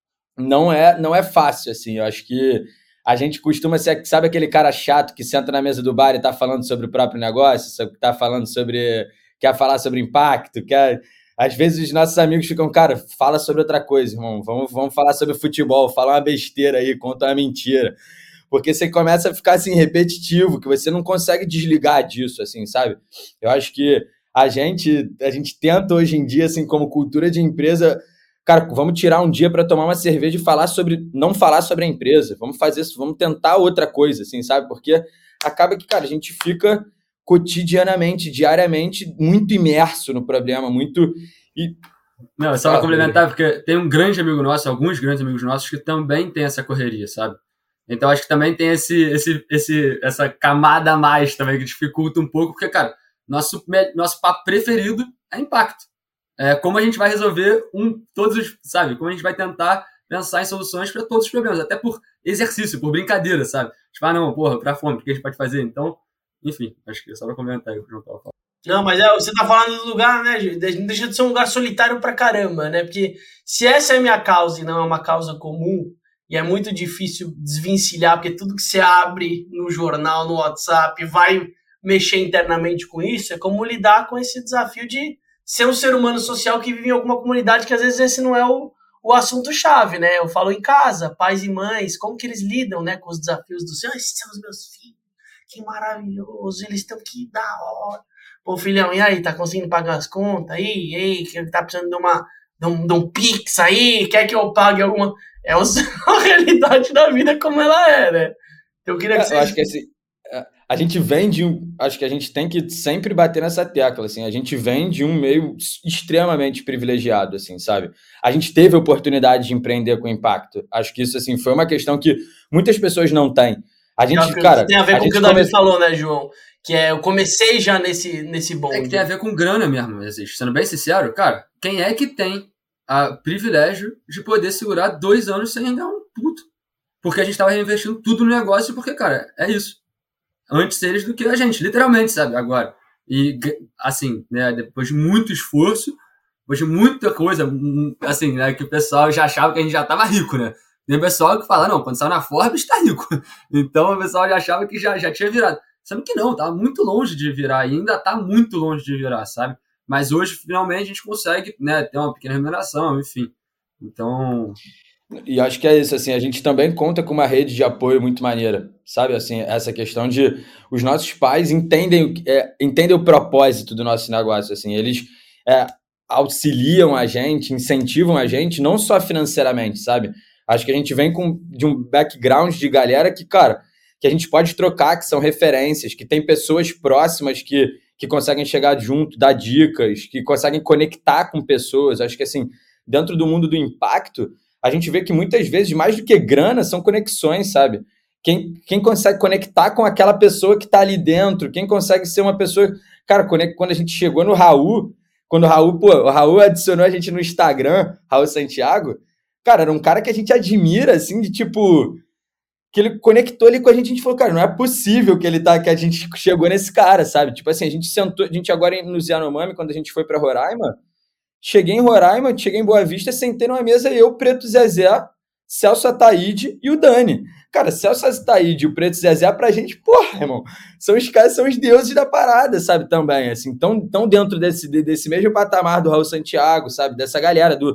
não é, não é fácil, assim, eu acho que a gente costuma ser, sabe aquele cara chato que senta na mesa do bar e tá falando sobre o próprio negócio, tá falando sobre, quer falar sobre impacto, quer... Às vezes os nossos amigos ficam, cara, fala sobre outra coisa, irmão. Vamos, vamos falar sobre futebol, fala uma besteira aí, conta uma mentira. Porque você começa a ficar assim, repetitivo, que você não consegue desligar disso, assim, sabe? Eu acho que a gente, a gente tenta hoje em dia, assim, como cultura de empresa, cara, vamos tirar um dia para tomar uma cerveja e falar sobre, não falar sobre a empresa. Vamos fazer isso, vamos tentar outra coisa, assim, sabe? Porque acaba que, cara, a gente fica cotidianamente, diariamente, muito imerso no problema, muito... E... Não, só para complementar, porque tem um grande amigo nosso, alguns grandes amigos nossos, que também tem essa correria, sabe? Então, acho que também tem esse, esse, esse, essa camada a mais também, que dificulta um pouco, porque, cara, nosso, nosso papo preferido é impacto. É como a gente vai resolver um, todos os, sabe? Como a gente vai tentar pensar em soluções para todos os problemas, até por exercício, por brincadeira, sabe? Tipo, ah, não, porra, para fome, o que a gente pode fazer? Então... Enfim, acho que é só para comentar aí o que o João estava falando. Não, mas é, você tá falando do lugar, né, não deixa de ser um lugar solitário pra caramba, né? Porque se essa é a minha causa e não é uma causa comum, e é muito difícil desvencilhar, porque tudo que você abre no jornal, no WhatsApp, vai mexer internamente com isso, é como lidar com esse desafio de ser um ser humano social que vive em alguma comunidade, que às vezes esse não é o, o assunto-chave, né? Eu falo em casa, pais e mães, como que eles lidam, né, com os desafios do seu, esses são os meus filhos. Que maravilhoso, eles estão que da hora. Pô, filhão, e aí, tá conseguindo pagar as contas aí? E aí, que tá precisando de, uma, de, um, de um Pix aí? Quer que eu pague alguma... É a realidade da vida como ela é, né? Eu queria que você... Eu acho que assim, a gente vem de um... Acho que a gente tem que sempre bater nessa tecla, assim. A gente vem de um meio extremamente privilegiado, assim, sabe? A gente teve a oportunidade de empreender com impacto. Acho que isso, assim, foi uma questão que muitas pessoas não têm. A gente, que cara, tem a ver a com o que o Davi come... falou, né, João? Que é, eu comecei já nesse, nesse bonde. É que tem a ver com grana mesmo, existe. Sendo bem sincero, cara, quem é que tem o privilégio de poder segurar dois anos sem ganhar um puto? Porque a gente tava reinvestindo tudo no negócio, porque, cara, é isso. Antes eles do que a gente, literalmente, sabe? Agora. E, assim, né, depois de muito esforço, depois de muita coisa, assim, né, que o pessoal já achava que a gente já tava rico, né? Tem o pessoal que fala, não, quando saiu na Forbes, tá rico. Então o pessoal já achava que já, já tinha virado. Sabe que não, tava muito longe de virar, e ainda tá muito longe de virar, sabe? Mas hoje, finalmente, a gente consegue, né, ter uma pequena remuneração, enfim. Então... E acho que é isso, assim, a gente também conta com uma rede de apoio muito maneira, sabe? Assim, essa questão de os nossos pais entendem, é, entendem o propósito do nosso negócio, assim, eles é, auxiliam a gente, incentivam a gente, não só financeiramente, sabe? Acho que a gente vem com, de um background de galera que, cara, que a gente pode trocar, que são referências, que tem pessoas próximas que, que conseguem chegar junto, dar dicas, que conseguem conectar com pessoas. Acho que, assim, dentro do mundo do impacto, a gente vê que muitas vezes, mais do que grana, são conexões, sabe? Quem, quem consegue conectar com aquela pessoa que tá ali dentro, quem consegue ser uma pessoa... Cara, quando a gente chegou no Raul, quando o Raul, pô, o Raul adicionou a gente no Instagram, Raul Santiago, cara, era um cara que a gente admira, assim, de tipo... Que ele conectou ali com a gente, a gente falou, cara, não é possível que ele tá, que a gente chegou nesse cara, sabe? Tipo assim, a gente sentou, a gente agora no Yanomami, quando a gente foi pra Roraima, cheguei em Roraima, cheguei em Boa Vista, sentei numa mesa, eu, Preto Zezé, Celso Ataíde e o Dani. Cara, Celso Ataíde e o Preto Zezé, pra gente, porra, irmão, são os caras, são os deuses da parada, sabe, também, assim, tão, tão dentro desse, desse mesmo patamar do Raul Santiago, sabe, dessa galera, do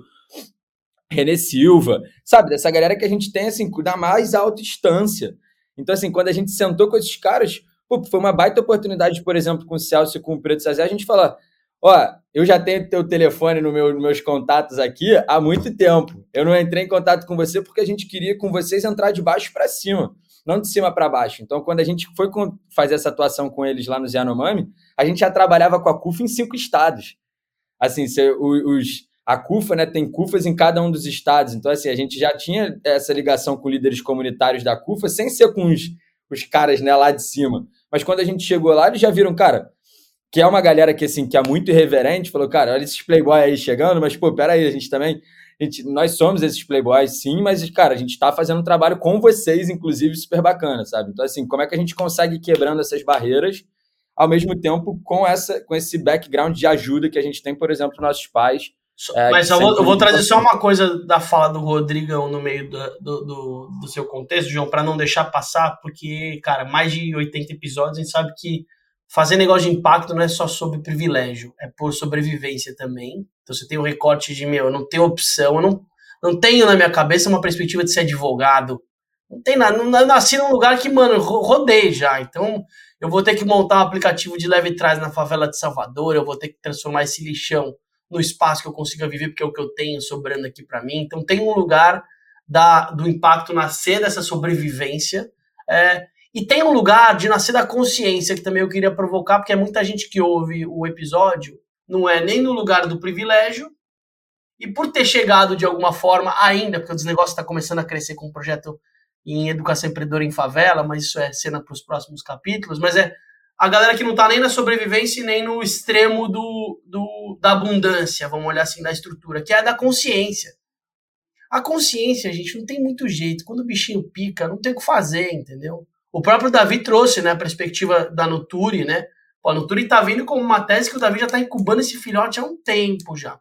René Silva, sabe, dessa galera que a gente tem, assim, da mais alta instância. Então, assim, quando a gente sentou com esses caras, pô, foi uma baita oportunidade, por exemplo, com o Celso e com o Preto Zezé, a gente falar, Ó, eu já tenho teu telefone no meu, nos meus contatos aqui há muito tempo. Eu não entrei em contato com você porque a gente queria com vocês entrar de baixo para cima, não de cima para baixo. Então, quando a gente foi fazer essa atuação com eles lá no Yanomami, a gente já trabalhava com a C U F em cinco estados. Assim, os, a C U F A, né, tem C U F As em cada um dos estados. Então, assim, a gente já tinha essa ligação com líderes comunitários da C U F A, sem ser com os, os caras, né, lá de cima. Mas quando a gente chegou lá, eles já viram, cara, que é uma galera que, assim, que é muito irreverente, falou, cara, olha esses playboys aí chegando, mas, pô, peraí, a gente também, a gente, nós somos esses playboys, sim, mas, cara, a gente tá fazendo um trabalho com vocês, inclusive, super bacana, sabe? Então, assim, como é que a gente consegue ir quebrando essas barreiras, ao mesmo tempo com, essa, com esse background de ajuda que a gente tem, por exemplo, nossos pais. É, mas eu vou, eu vou trazer só uma coisa da fala do Rodrigão no meio do, do, do, do seu contexto, João, para não deixar passar, porque, cara, mais de oitenta episódios, a gente sabe que fazer negócio de impacto não é só sobre privilégio, é por sobrevivência também. Então você tem um recorte de, meu, eu não tenho opção, eu não, não tenho na minha cabeça uma perspectiva de ser advogado. Não tem nada, não, eu nasci num lugar que, mano, eu rodei já. Então eu vou ter que montar um aplicativo de leve trás na favela de Salvador, eu vou ter que transformar esse lixão no espaço que eu consiga viver, porque é o que eu tenho sobrando aqui para mim. Então tem um lugar da, do impacto nascer dessa sobrevivência, é, e tem um lugar de nascer da consciência, que também eu queria provocar, porque é muita gente que ouve o episódio, não é nem no lugar do privilégio, e por ter chegado de alguma forma ainda, porque o negócio está começando a crescer com um projeto em educação empreendedora em favela, mas isso é cena para os próximos capítulos, mas é a galera que não está nem na sobrevivência e nem no extremo do, do, da abundância, vamos olhar assim, da estrutura, que é a da consciência. A consciência, gente, não tem muito jeito. Quando o bichinho pica, não tem o que fazer, entendeu? O próprio Davi trouxe, né, a perspectiva da Nuturi, né? Pô, a Nuturi tá vindo como uma tese que o Davi já tá incubando esse filhote há um tempo já.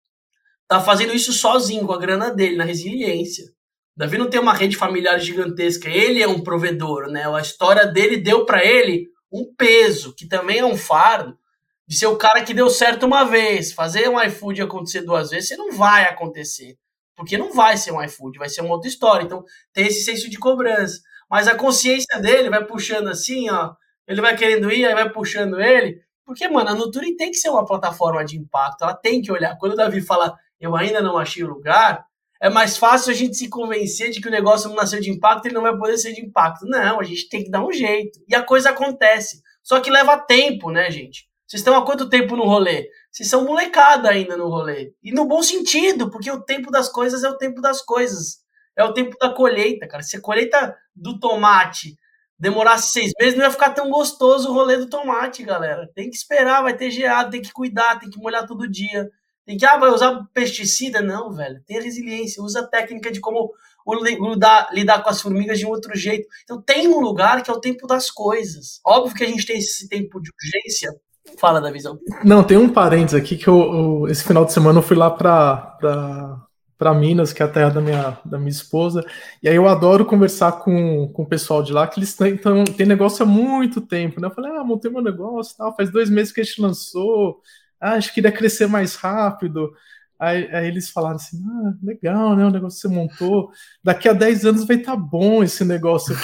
Tá fazendo isso sozinho, com a grana dele, na resiliência. O Davi não tem uma rede familiar gigantesca, ele é um provedor, né? A história dele deu para ele um peso, que também é um fardo, de ser o cara que deu certo uma vez. Fazer um iFood acontecer duas vezes, você não vai acontecer. Porque não vai ser um iFood, vai ser uma outra história. Então, tem esse senso de cobrança. Mas a consciência dele vai puxando assim, ó. Ele vai querendo ir, aí vai puxando ele. Porque, mano, a Nuturi tem que ser uma plataforma de impacto. Ela tem que olhar. Quando o Davi fala, eu ainda não achei o lugar, é mais fácil a gente se convencer de que o negócio não nasceu de impacto e ele não vai poder ser de impacto. Não, a gente tem que dar um jeito. E a coisa acontece. Só que leva tempo, né, gente? Vocês estão há quanto tempo no rolê? Vocês são molecada ainda no rolê. E no bom sentido, porque o tempo das coisas é o tempo das coisas. É o tempo da colheita, cara. Se a colheita do tomate demorasse seis meses, não ia ficar tão gostoso o rolê do tomate, galera. Tem que esperar, vai ter geado, tem que cuidar, tem que molhar todo dia. Tem que, ah, vai usar pesticida? Não, velho. Tem resiliência. Usa a técnica de como lidar, lidar com as formigas de um outro jeito. Então tem um lugar que é o tempo das coisas. Óbvio que a gente tem esse tempo de urgência. Fala da visão. Não, tem um parênteses aqui que eu, eu, esse final de semana eu fui lá pra, pra, pra Minas, que é a terra da minha, da minha esposa, e aí eu adoro conversar com, com o pessoal de lá, que eles têm, tão, têm negócio há muito tempo, né? Eu falei, ah, montei meu negócio, tal, faz dois meses que a gente lançou, ah, acho que queria crescer mais rápido. Aí, aí eles falaram assim, ah, legal, né, o negócio que você montou, daqui a dez anos vai estar bom esse negócio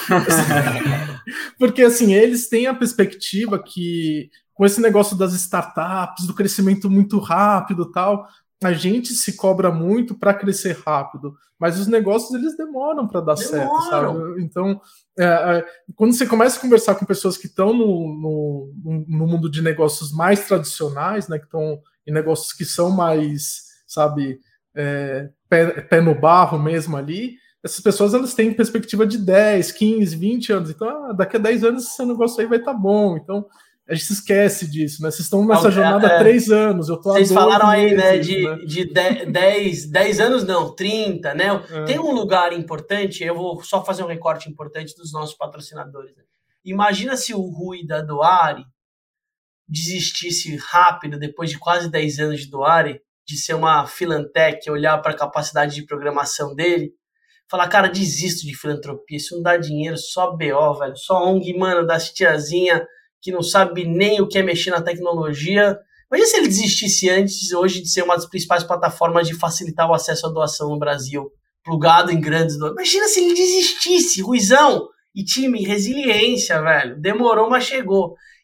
aqui. Porque, assim, eles têm a perspectiva que, com esse negócio das startups, do crescimento muito rápido e tal, a gente se cobra muito para crescer rápido, mas os negócios, eles demoram para dar demoram. certo, sabe? Então, é, é, quando você começa a conversar com pessoas que estão no, no, no mundo de negócios mais tradicionais, né, que estão em negócios que são mais, sabe, é, pé, pé no barro mesmo ali, essas pessoas, elas têm perspectiva de dez, quinze, vinte anos, então ah, daqui a dez anos esse negócio aí vai estar tá bom, então a gente se esquece disso, né? Vocês estão nessa jornada há é, três anos, eu tô há Vocês falaram aí, meses, né, de, né? de dez, dez anos, não, trinta, né? É. Tem um lugar importante, eu vou só fazer um recorte importante dos nossos patrocinadores. Né? Imagina se o Rui da Doare desistisse rápido, depois de quase dez anos de Doare, de ser uma filantech, olhar para a capacidade de programação dele, falar, cara, desisto de filantropia, isso não dá dinheiro, só B O, velho, só O N G, mano, das tiazinha que não sabe nem o que é mexer na tecnologia. Imagina se ele desistisse antes, hoje, de ser uma das principais plataformas de facilitar o acesso à doação no Brasil, plugado em grandes doações. Imagina se ele desistisse, Ruizão e time, resiliência, velho. Demorou, mas chegou.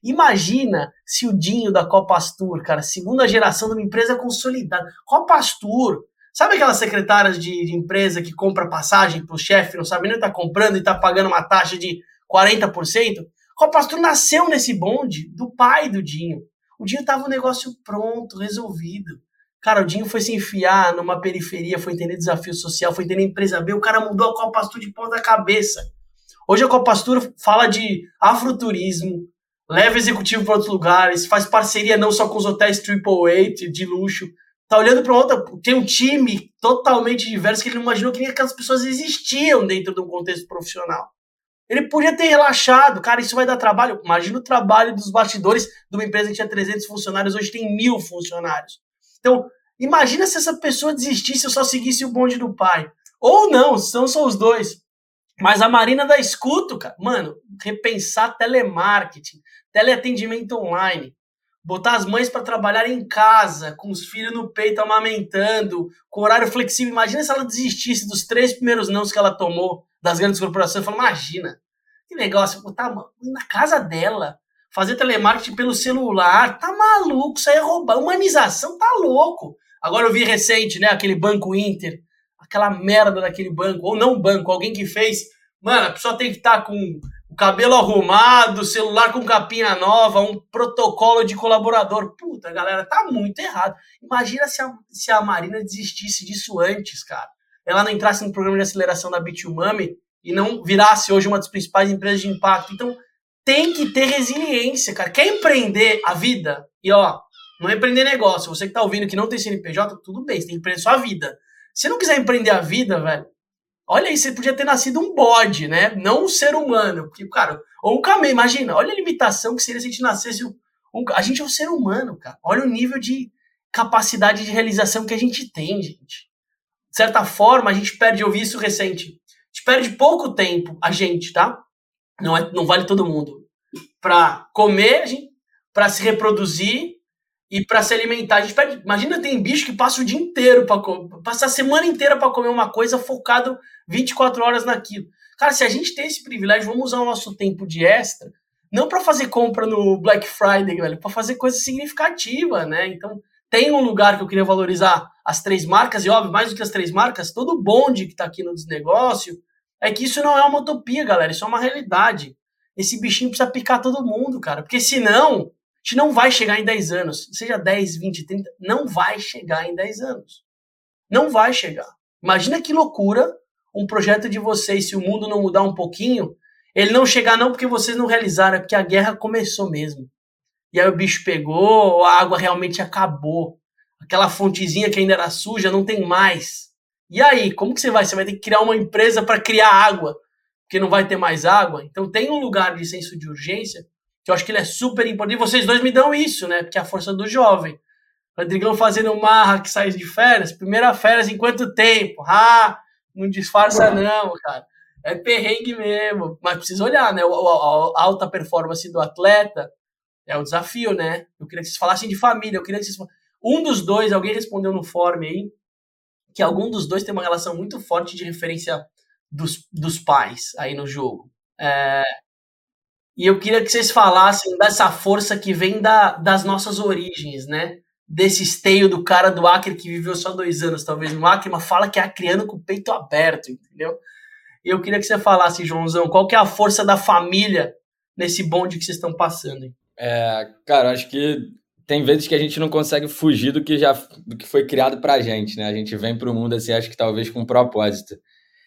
Imagina se o Dinho da Copastur, cara, segunda geração de uma empresa consolidada. Copastur, sabe aquelas secretárias de, de empresa que compra passagem pro chefe, não sabe nem o que tá comprando e tá pagando uma taxa de quarenta por cento? Copastur nasceu nesse bonde do pai do Dinho. O Dinho tava um negócio pronto, resolvido. Cara, o Dinho foi se enfiar numa periferia, foi entender desafio social, foi entender empresa B, o cara mudou a Copastur de ponta cabeça. Hoje a Copastur fala de afroturismo, leva executivo para outros lugares, faz parceria não só com os hotéis Triple Eight de luxo, tá olhando para outra, tem um time totalmente diverso que ele não imaginou que nem aquelas pessoas existiam dentro de um contexto profissional. Ele podia ter relaxado, cara, isso vai dar trabalho. Imagina o trabalho dos bastidores de uma empresa que tinha trezentos funcionários, hoje tem mil funcionários. Então, imagina se essa pessoa desistisse ou só seguisse o bonde do pai. Ou não, são só os dois. Mas a Marina da Escuto, cara, mano, repensar telemarketing, teleatendimento online, botar as mães para trabalhar em casa, com os filhos no peito amamentando, com horário flexível. Imagina se ela desistisse dos três primeiros nãos que ela tomou das grandes corporações. Fala, imagina, que negócio, botar na casa dela, fazer telemarketing pelo celular, tá maluco, isso aí é roubar, humanização, tá louco. Agora eu vi recente, né, aquele Banco Inter, aquela merda daquele banco, ou não banco, alguém que fez, mano, a pessoa tem que estar com o cabelo arrumado, celular com capinha nova, um protocolo de colaborador. Puta, galera, tá muito errado. Imagina se a, se a Marina desistisse disso antes, cara. Ela não entrasse no programa de aceleração da B dois Mami e não virasse hoje uma das principais empresas de impacto. Então, tem que ter resiliência, cara. Quer empreender a vida? E, ó, não é empreender negócio. Você que tá ouvindo que não tem C N P J, tudo bem, você tem que empreender sua vida. Se não quiser empreender a vida, velho, olha aí, você podia ter nascido um bode, né? Não um ser humano. Porque, cara, ou um camelo, imagina, olha a limitação que seria se a gente nascesse um... um a gente é um ser humano, cara. Olha o nível de capacidade de realização que a gente tem, gente. De certa forma, a gente perde, eu vi isso recente, a gente perde pouco tempo, a gente, tá? Não, é, não vale todo mundo. Pra comer, pra se reproduzir e para se alimentar. A gente pede, imagina, tem bicho que passa o dia inteiro, para passa a semana inteira para comer uma coisa, focado vinte e quatro horas naquilo. Cara, se a gente tem esse privilégio, vamos usar o nosso tempo de extra, não para fazer compra no Black Friday, velho, para fazer coisa significativa, né? Então, tem um lugar que eu queria valorizar as três marcas, e óbvio, mais do que as três marcas, todo o bonde que tá aqui no Desnegócio, é que isso não é uma utopia, galera, isso é uma realidade. Esse bichinho precisa picar todo mundo, cara, porque senão a gente não vai chegar em dez anos, seja dez, vinte, trinta, não vai chegar em dez anos. Não vai chegar. Imagina que loucura um projeto de vocês, se o mundo não mudar um pouquinho, ele não chegar não porque vocês não realizaram, é porque a guerra começou mesmo. E aí o bicho pegou, a água realmente acabou. Aquela fontezinha que ainda era suja não tem mais. E aí, como que você vai? Você vai ter que criar uma empresa para criar água, porque não vai ter mais água? Então tem um lugar de senso de urgência que eu acho que ele é super importante. E vocês dois me dão isso, né? Porque é a força do jovem. Rodrigão fazendo marra que sai de férias. Primeira férias em quanto tempo? Ah, não disfarça não, cara. É perrengue mesmo. Mas precisa olhar, né? A alta performance do atleta é o desafio, né? Eu queria que vocês falassem de família. Eu queria que vocês... Um dos dois, alguém respondeu no fórum aí, que algum dos dois tem uma relação muito forte de referência dos, dos pais aí no jogo. É... E eu queria que vocês falassem dessa força que vem da, das nossas origens, né? Desse esteio do cara do Acre que viveu só dois anos, talvez, no Acre, mas fala que é acreano com o peito aberto, entendeu? E eu queria que você falasse, Joãozão, qual que é a força da família nesse bonde que vocês estão passando? Hein? É, cara, acho que tem vezes que a gente não consegue fugir do que já do que foi criado pra gente, né? A gente vem pro mundo, assim, acho que talvez com um propósito.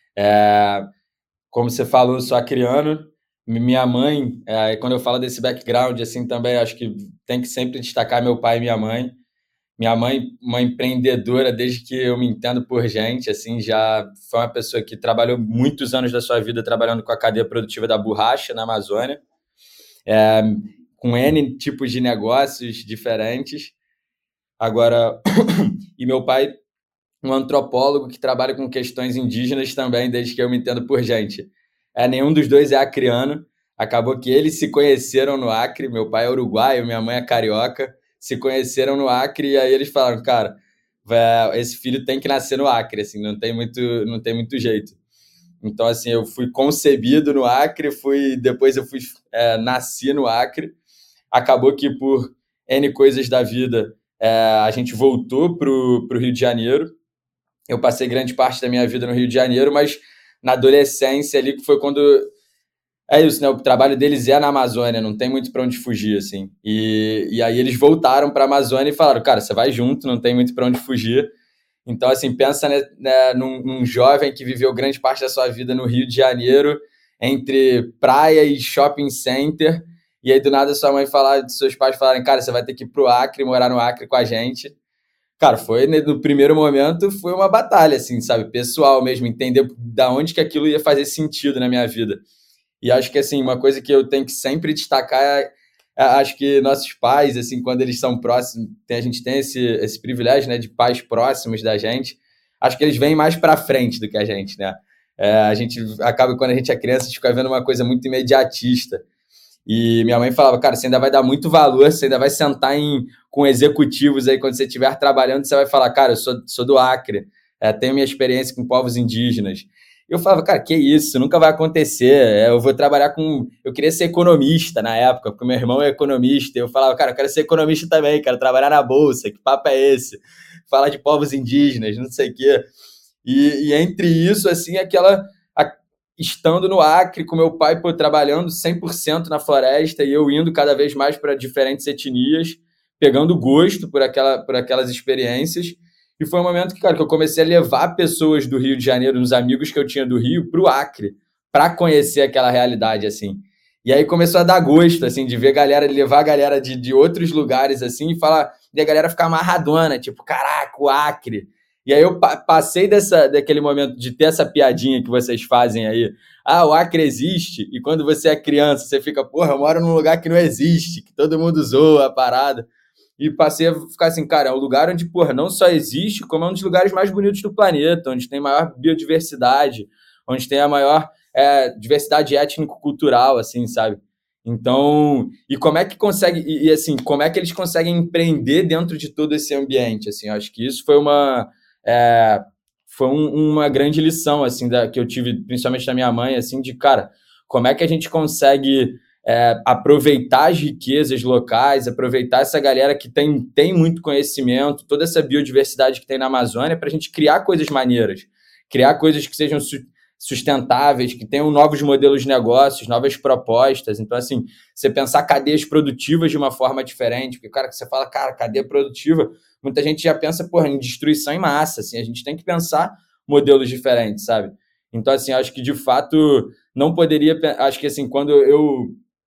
É, como você falou, eu sou acreano. Minha mãe, é, quando eu falo desse background, assim, também acho que tem que sempre destacar meu pai e minha mãe. Minha mãe, uma empreendedora desde que eu me entendo por gente, assim, já foi uma pessoa que trabalhou muitos anos da sua vida trabalhando com a cadeia produtiva da borracha na Amazônia, é, com N tipos de negócios diferentes. Agora, e meu pai, um antropólogo que trabalha com questões indígenas também, desde que eu me entendo por gente. É, nenhum dos dois é acreano. Acabou que eles se conheceram no Acre. Meu pai é uruguaio, minha mãe é carioca. Se conheceram no Acre e aí eles falaram, cara, esse filho tem que nascer no Acre, assim, não tem muito, não tem muito jeito. Então, assim, eu fui concebido no Acre, fui, depois eu fui, é, nasci no Acre. acabou que por N coisas da vida, é, a gente voltou para o Rio de Janeiro. Eu passei grande parte da minha vida no Rio de Janeiro, mas na adolescência ali, que foi quando... É isso, né? O trabalho deles é na Amazônia, não tem muito para onde fugir, assim. E, e aí eles voltaram para a Amazônia e falaram, cara, você vai junto, não tem muito para onde fugir. Então, assim, pensa, né, né, num, num jovem que viveu grande parte da sua vida no Rio de Janeiro, entre praia e shopping center, e aí do nada sua mãe falar, seus pais falarem, cara, você vai ter que ir pro Acre, morar no Acre com a gente. Cara, foi, no primeiro momento, foi uma batalha, assim, sabe, pessoal mesmo, entender da onde que aquilo ia fazer sentido na minha vida. E acho que, assim, uma coisa que eu tenho que sempre destacar é, é acho que nossos pais, assim, quando eles são próximos, tem, a gente tem esse, esse privilégio, né, de pais próximos da gente, acho que eles vêm mais pra frente do que a gente, né? É, a gente acaba, quando a gente é criança, a gente fica vendo uma coisa muito imediatista. E minha mãe falava, cara, você ainda vai dar muito valor, você ainda vai sentar em, com executivos aí, quando você estiver trabalhando, você vai falar, cara, eu sou, sou do Acre, é, tenho minha experiência com povos indígenas. Eu falava, cara, que isso, nunca vai acontecer, eu vou trabalhar com... Eu queria ser economista na época, porque meu irmão é economista, eu falava, cara, eu quero ser economista também, quero trabalhar na bolsa, que papo é esse? Falar de povos indígenas, não sei o quê. E, e entre isso, assim, aquela... A, estando no Acre com meu pai, pô, trabalhando cem por cento na floresta e eu indo cada vez mais para diferentes etnias, pegando gosto por, aquela, por aquelas experiências. E foi um momento que, cara, que eu comecei a levar pessoas do Rio de Janeiro, uns amigos que eu tinha do Rio, para o Acre, para conhecer aquela realidade, assim. E aí começou a dar gosto, assim, de ver a galera, de levar a galera de, de outros lugares, assim, e falar, e a galera ficar amarradona, tipo, caraca, o Acre. E aí eu pa- passei dessa, daquele momento de ter essa piadinha que vocês fazem aí, ah, o Acre existe, e quando você é criança, você fica, porra, eu moro num lugar que não existe, que todo mundo zoa a parada. E passei a ficar assim, cara, é um lugar onde, porra, não só existe, como é um dos lugares mais bonitos do planeta, onde tem maior biodiversidade, onde tem a maior é, diversidade étnico-cultural, assim, sabe? Então, e como é que consegue, e, e assim, como é que eles conseguem empreender dentro de todo esse ambiente, assim, eu acho que isso foi uma, é, foi um, uma grande lição, assim, da, que eu tive, principalmente da minha mãe, assim, de, cara, como é que a gente consegue... É, aproveitar as riquezas locais, aproveitar essa galera que tem, tem muito conhecimento, toda essa biodiversidade que tem na Amazônia, para a gente criar coisas maneiras, criar coisas que sejam su- sustentáveis, que tenham novos modelos de negócios, novas propostas. Então, assim, você pensar cadeias produtivas de uma forma diferente, porque, cara, que você fala, cara, cadeia produtiva, muita gente já pensa, porra, em destruição em massa, assim, a gente tem que pensar modelos diferentes, sabe? Então, assim, acho que, de fato, não poderia... Acho que, assim, quando eu...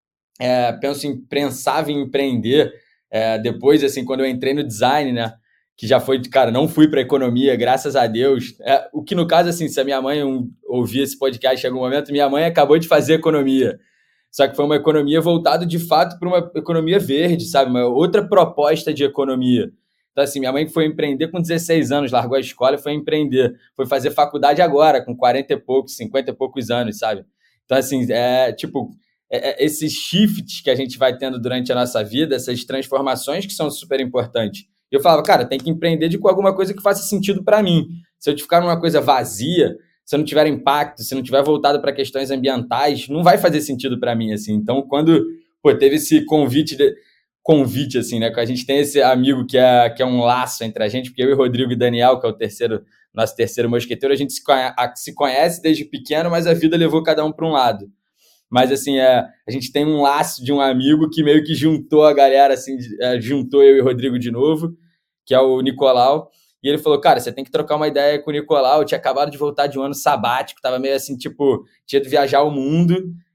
É, penso em, pensava em empreender, é, depois, assim, quando eu entrei no design, né, que já foi, cara, não fui para economia, graças a Deus, é, o que no caso, assim, se a minha mãe um, ouvir esse podcast em algum momento, minha mãe acabou de fazer economia, só que foi uma economia voltada, de fato, para uma economia verde, sabe, uma outra proposta de economia. Então, assim, minha mãe foi empreender com dezesseis anos, largou a escola e foi empreender, foi fazer faculdade agora, com quarenta e poucos, cinquenta e poucos anos, sabe? Então, assim, é, tipo... esses shifts que a gente vai tendo durante a nossa vida, essas transformações que são super importantes. Eu falava, cara, tem que empreender de alguma coisa que faça sentido para mim. Se eu ficar numa coisa vazia, se eu não tiver impacto, se não tiver voltado para questões ambientais, não vai fazer sentido para mim, assim. Então, quando pô, teve esse convite, de, convite, assim, né, que a gente tem esse amigo que é, que é um laço entre a gente, porque eu e Rodrigo e Daniel, que é o terceiro, nosso terceiro mosqueteiro, a gente se conhece, se conhece desde pequeno, mas a vida levou cada um para um lado. Mas, assim, é, a gente tem um laço de um amigo que meio que juntou a galera, assim, é, juntou eu e o Rodrigo de novo, que é o Nicolau. E ele falou, cara, você tem que trocar uma ideia com o Nicolau. Eu tinha acabado de voltar de um ano sabático, tava meio assim, tipo, tinha de viajar o mundo.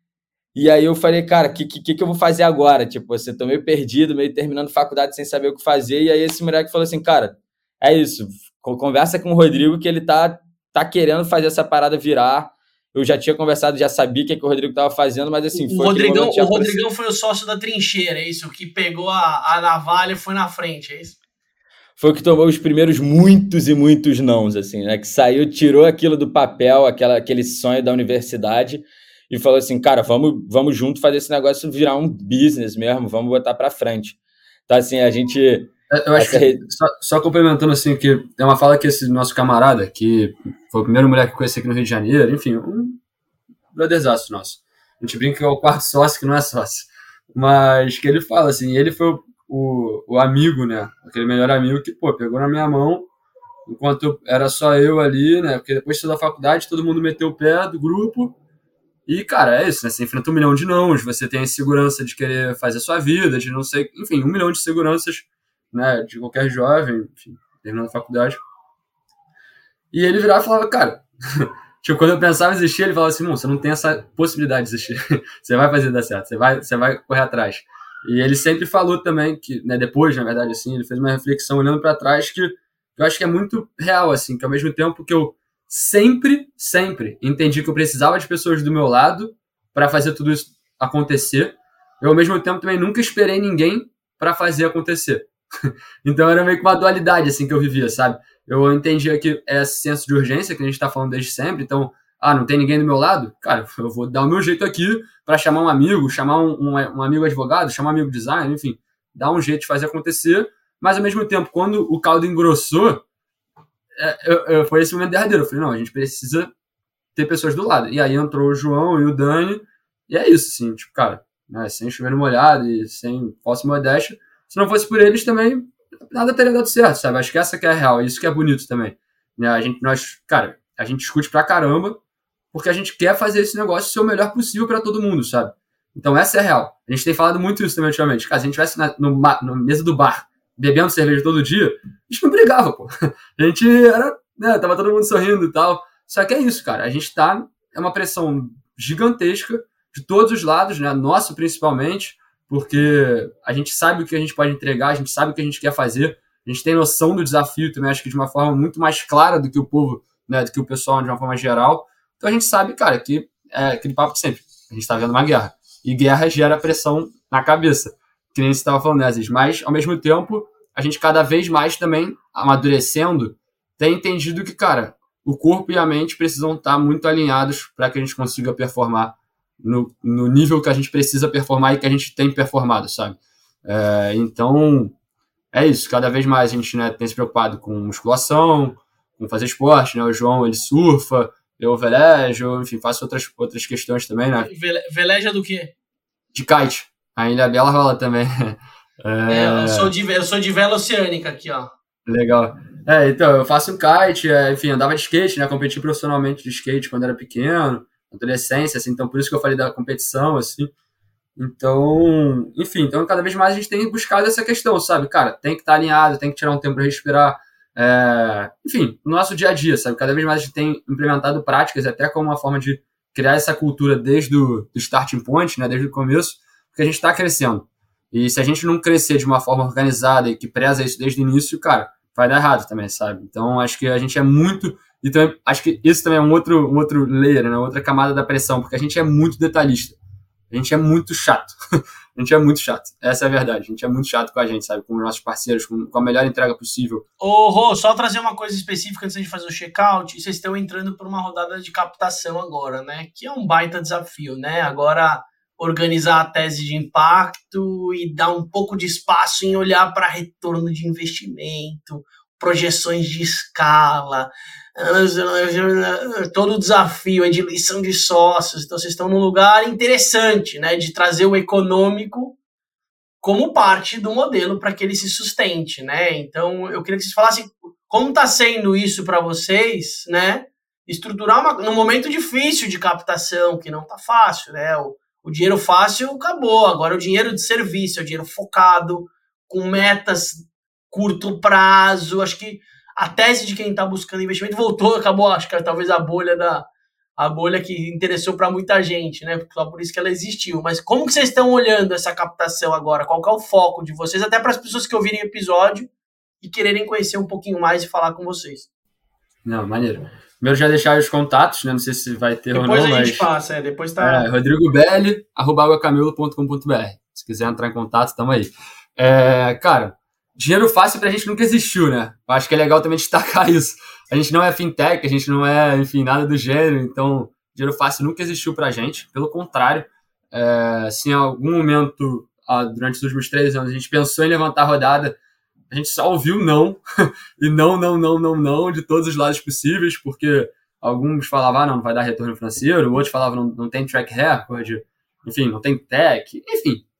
E aí eu falei, cara, o que, que, que eu vou fazer agora? Tipo, você tô meio perdido, meio terminando faculdade sem saber o que fazer. E aí esse moleque falou assim, cara, é isso, conversa com o Rodrigo que ele tá, tá querendo fazer essa parada virar. Eu já tinha conversado, já sabia o que, é que o Rodrigo estava fazendo, mas assim... O foi Rodrigão, o Rodrigão foi o sócio da trincheira, é isso? Que pegou a, a navalha e foi na frente, é isso? Foi o que tomou os primeiros muitos e muitos nãos, assim, né? Que saiu, tirou aquilo do papel, aquela, aquele sonho da universidade e falou assim, cara, vamos, vamos junto fazer esse negócio virar um business mesmo, vamos botar para frente. Então, assim, a gente... Eu acho que, re... só, só complementando, assim, que é uma fala que esse nosso camarada, que foi o primeiro mulher que eu conheci aqui no Rio de Janeiro, enfim, um brotherzaço nosso. A gente brinca que é o quarto sócio que não é sócio. Mas que ele fala, assim, ele foi o, o, o amigo, né? Aquele melhor amigo que, pô, pegou na minha mão, enquanto era só eu ali, né? Porque depois da faculdade, todo mundo meteu o pé do grupo. E, cara, é isso, né? Você enfrenta um milhão de nãos, você tem a insegurança de querer fazer a sua vida, de não sei... Enfim, um milhão de seguranças, né? De qualquer jovem, enfim, terminando a faculdade. E ele virava e falava, cara... tipo, quando eu pensava em desistir, ele falava assim, você não tem essa possibilidade de desistir. Você vai fazer dar certo, você vai, você vai correr atrás. E ele sempre falou também que, né, depois, na verdade, assim, ele fez uma reflexão olhando para trás que eu acho que é muito real, assim, que ao mesmo tempo que eu sempre, sempre entendi que eu precisava de pessoas do meu lado para fazer tudo isso acontecer, eu ao mesmo tempo também nunca esperei ninguém para fazer acontecer. Então era meio que uma dualidade, assim, que eu vivia, sabe? Eu entendia que é esse senso de urgência que a gente tá falando desde sempre, então, ah, não tem ninguém do meu lado? Cara, eu vou dar o meu jeito aqui para chamar um amigo, chamar um, um, um amigo advogado, chamar um amigo design, enfim, dar um jeito de fazer acontecer, mas ao mesmo tempo, quando o caldo engrossou, é, eu, eu, foi esse momento derradeiro, eu falei, não, a gente precisa ter pessoas do lado, e aí entrou o João e o Dani, e é isso, assim, tipo, cara, né, sem chover no molhado e sem falsa modéstia, se não fosse por eles também, nada teria dado certo, sabe? Acho que essa que é a real, isso que é bonito também. Né? A gente, nós, cara, a gente discute pra caramba, porque a gente quer fazer esse negócio ser o melhor possível pra todo mundo, sabe? Então essa é a real. A gente tem falado muito isso também ultimamente. Cara, se a gente estivesse na, no, na mesa do bar, bebendo cerveja todo dia, a gente não brigava, pô. A gente era, né, tava todo mundo sorrindo e tal. Só que é isso, cara. A gente tá, é uma pressão gigantesca de todos os lados, né? Nosso principalmente, porque a gente sabe o que a gente pode entregar, a gente sabe o que a gente quer fazer, a gente tem noção do desafio também, acho que de uma forma muito mais clara do que o povo, né, do que o pessoal de uma forma geral. Então a gente sabe, cara, que é aquele papo de sempre, a gente está vendo uma guerra, e guerra gera pressão na cabeça, que nem você estava falando, né, Aziz? Mas, ao mesmo tempo, a gente cada vez mais também, amadurecendo, tem entendido que, cara, o corpo e a mente precisam estar muito alinhados para que a gente consiga performar No, no nível que a gente precisa performar e que a gente tem performado, sabe? É, então, é isso. Cada vez mais a gente, né, tem se preocupado com musculação, com fazer esporte, né? O João, ele surfa, eu velejo, enfim, faço outras, outras questões também, né? Veleja do quê? De kite. A Ilha Bela rola também. É, é, eu, sou de, eu sou de vela oceânica aqui, ó. Legal. É, então, eu faço um kite, é, enfim, andava de skate, né? Competi profissionalmente de skate quando era pequeno, adolescência, assim, então por isso que eu falei da competição, assim. Então, enfim, então cada vez mais a gente tem buscado essa questão, sabe? Cara, tem que estar alinhado, tem que tirar um tempo para respirar. É... Enfim, no nosso dia a dia, sabe? Cada vez mais a gente tem implementado práticas, até como uma forma de criar essa cultura desde o do starting point, né? Desde o começo, porque a gente está crescendo. E se a gente não crescer de uma forma organizada e que preza isso desde o início, cara, vai dar errado também, sabe? Então, acho que a gente é muito... E também, acho que isso também é um outro, um outro layer, né? Outra camada da pressão, porque a gente é muito detalhista. A gente é muito chato. A gente é muito chato. Essa é a verdade. A gente é muito chato com a gente, sabe? Com os nossos parceiros, com, com a melhor entrega possível. Ô, Rô, só trazer uma coisa específica antes de fazer o check-out. Vocês estão entrando por uma rodada de captação agora, né? Que é um baita desafio, né? Agora, organizar a tese de impacto e dar um pouco de espaço em olhar para retorno de investimento, projeções de escala, todo o desafio é de eleição de sócios. Então vocês estão num lugar interessante, né, de trazer o econômico como parte do modelo para que ele se sustente, né? Então eu queria que vocês falassem como está sendo isso para vocês, né? Estruturar uma, num momento difícil de captação, que não está fácil, né? O, o dinheiro fácil acabou, agora o dinheiro de serviço, é o dinheiro focado, com metas curto prazo. Acho que a tese de quem está buscando investimento voltou, acabou, acho que talvez a bolha da a bolha que interessou para muita gente, né? Só por isso que ela existiu. Mas como que vocês estão olhando essa captação agora? Qual que é o foco de vocês? Até para as pessoas que ouvirem o episódio e quererem conhecer um pouquinho mais e falar com vocês. Não, maneiro. Primeiro já deixar os contatos, né? Não sei se vai ter depois ou não, a mas... gente passa, é. Depois tá... É, Rodrigo Belli, arroba aguacamelo ponto com ponto b r. Se quiser entrar em contato, tamo aí. É, cara... Dinheiro fácil pra gente nunca existiu, né? Eu acho que é legal também destacar isso. A gente não é fintech, a gente não é, enfim, nada do gênero, então dinheiro fácil nunca existiu pra gente. Pelo contrário, é, se em algum momento, ah, durante os últimos três anos, a gente pensou em levantar a rodada, a gente só ouviu não, e não, não, não, não, não, de todos os lados possíveis, porque alguns falavam, ah, não, não vai dar retorno financeiro, outros falavam, não, não tem track record, enfim, não tem tech, enfim,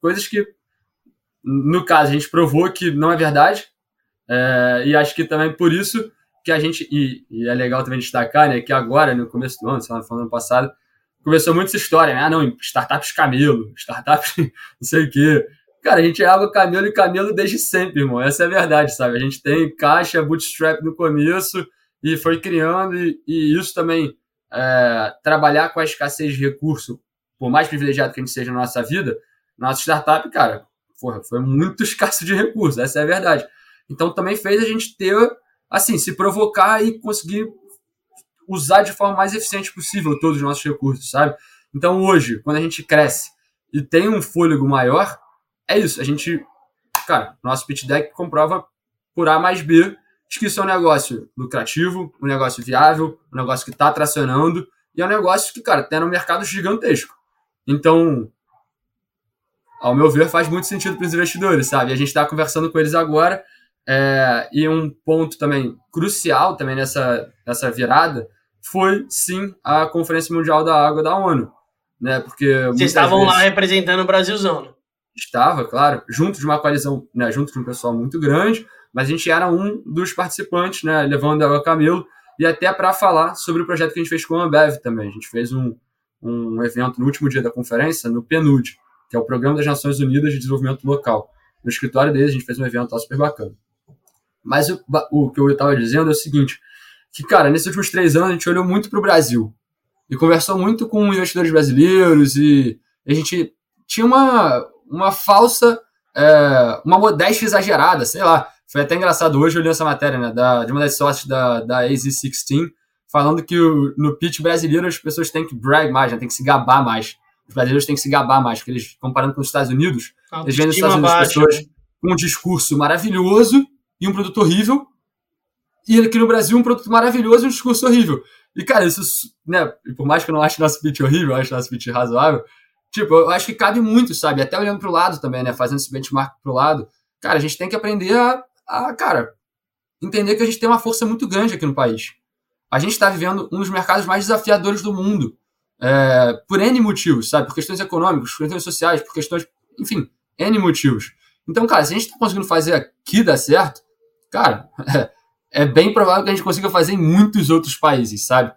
coisas que, no caso, a gente provou que não é verdade, é, e acho que também por isso que a gente, e, e é legal também destacar, né, que agora, no começo do ano, sei lá, no ano passado, começou muito essa história, né, ah, não, startups camelo, startups não sei o quê. Cara, a gente é água camelo e camelo desde sempre, irmão, essa é a verdade, sabe? A gente tem caixa, bootstrap no começo, e foi criando, e, e isso também, é, trabalhar com a escassez de recurso, por mais privilegiado que a gente seja na nossa vida, nossa startup, cara, porra, foi muito escasso de recursos, essa é a verdade. Então também fez a gente ter, assim, se provocar e conseguir usar de forma mais eficiente possível todos os nossos recursos, sabe? Então hoje, quando a gente cresce e tem um fôlego maior, é isso, a gente, cara, nosso pitch deck comprova por A mais B de que isso é um negócio lucrativo, um negócio viável, um negócio que está tracionando, e é um negócio que, cara, tem um mercado gigantesco. Então, ao meu ver, faz muito sentido para os investidores, sabe? A gente está conversando com eles agora, é, e um ponto também crucial também nessa, nessa virada foi, sim, a Conferência Mundial da Água da ONU, né? Porque vocês estavam vezes... lá representando o Brasilzão, né? Estava, claro, junto de uma coalizão, né, junto de um pessoal muito grande, mas a gente era um dos participantes, né, levando a Água Camelo, e até para falar sobre o projeto que a gente fez com a Ambev também. A gente fez um, um evento no último dia da conferência, no PNUD, que é o Programa das Nações Unidas de Desenvolvimento Local. No escritório deles, a gente fez um evento lá super bacana. Mas o, o que eu estava dizendo é o seguinte, que, cara, nesses últimos três anos a gente olhou muito para o Brasil e conversou muito com investidores brasileiros e a gente tinha uma, uma falsa, é, uma modéstia exagerada, sei lá. Foi até engraçado hoje eu li essa matéria, né, da, de uma das sócias da, da A Z dezesseis, falando que o, no pitch brasileiro as pessoas têm que brag mais, né, têm que se gabar mais. Os brasileiros têm que se gabar mais, porque eles, comparando com os Estados Unidos, ah, eles vêm nos Estados Unidos as pessoas com um discurso maravilhoso e um produto horrível, e aqui no Brasil um produto maravilhoso e um discurso horrível. E, cara, isso, né, por mais que eu não ache nosso pitch horrível, eu acho nosso pitch razoável, tipo, eu acho que cabe muito, sabe, até olhando pro lado também, né, fazendo esse benchmark pro lado, cara, a gente tem que aprender a, a cara, entender que a gente tem uma força muito grande aqui no país. A gente está vivendo um dos mercados mais desafiadores do mundo, é, por N motivos, sabe, por questões econômicas, por questões sociais, por questões, enfim, N motivos. Então, cara, se a gente está conseguindo fazer aqui dar certo, cara, é, é bem provável que a gente consiga fazer em muitos outros países, sabe?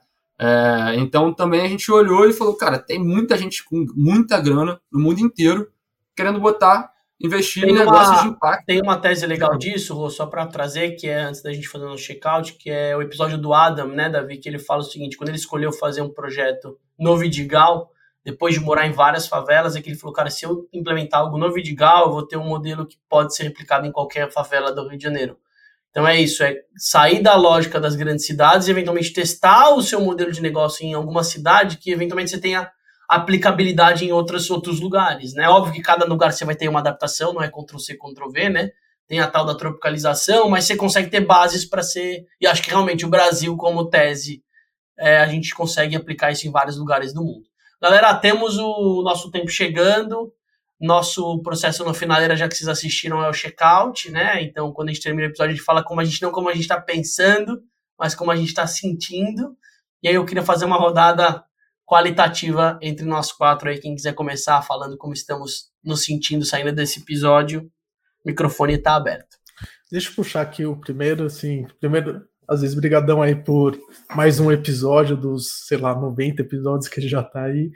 É, então, também a gente olhou e falou, cara, tem muita gente com muita grana no mundo inteiro querendo botar, investir tem em negócios uma, de impacto. Tem uma tese legal disso, Rô, só para trazer, que é, antes da gente fazer um check-out, que é o episódio do Adam, né, Davi, que ele fala o seguinte, quando ele escolheu fazer um projeto no Vidigal, depois de morar em várias favelas, é que ele falou, cara, se eu implementar algo no Vidigal, eu vou ter um modelo que pode ser replicado em qualquer favela do Rio de Janeiro. Então é isso, é sair da lógica das grandes cidades e eventualmente testar o seu modelo de negócio em alguma cidade que eventualmente você tenha aplicabilidade em outros, outros lugares, né? Óbvio que cada lugar você vai ter uma adaptação, não é Ctrl-C, Ctrl-V, né? Tem a tal da tropicalização, mas você consegue ter bases para ser... E acho que realmente o Brasil, como tese, é, a gente consegue aplicar isso em vários lugares do mundo. Galera, temos o nosso tempo chegando, nosso processo no finaleira, já que vocês assistiram, é o checkout, né? Então, quando a gente termina o episódio, a gente fala como a gente, não como a gente está pensando, mas como a gente está sentindo. E aí eu queria fazer uma rodada qualitativa entre nós quatro aí, quem quiser começar falando como estamos nos sentindo saindo desse episódio, o microfone está aberto. Deixa eu puxar aqui o primeiro, assim, primeiro, às vezes, brigadão aí por mais um episódio dos, sei lá, noventa episódios que ele já tá aí,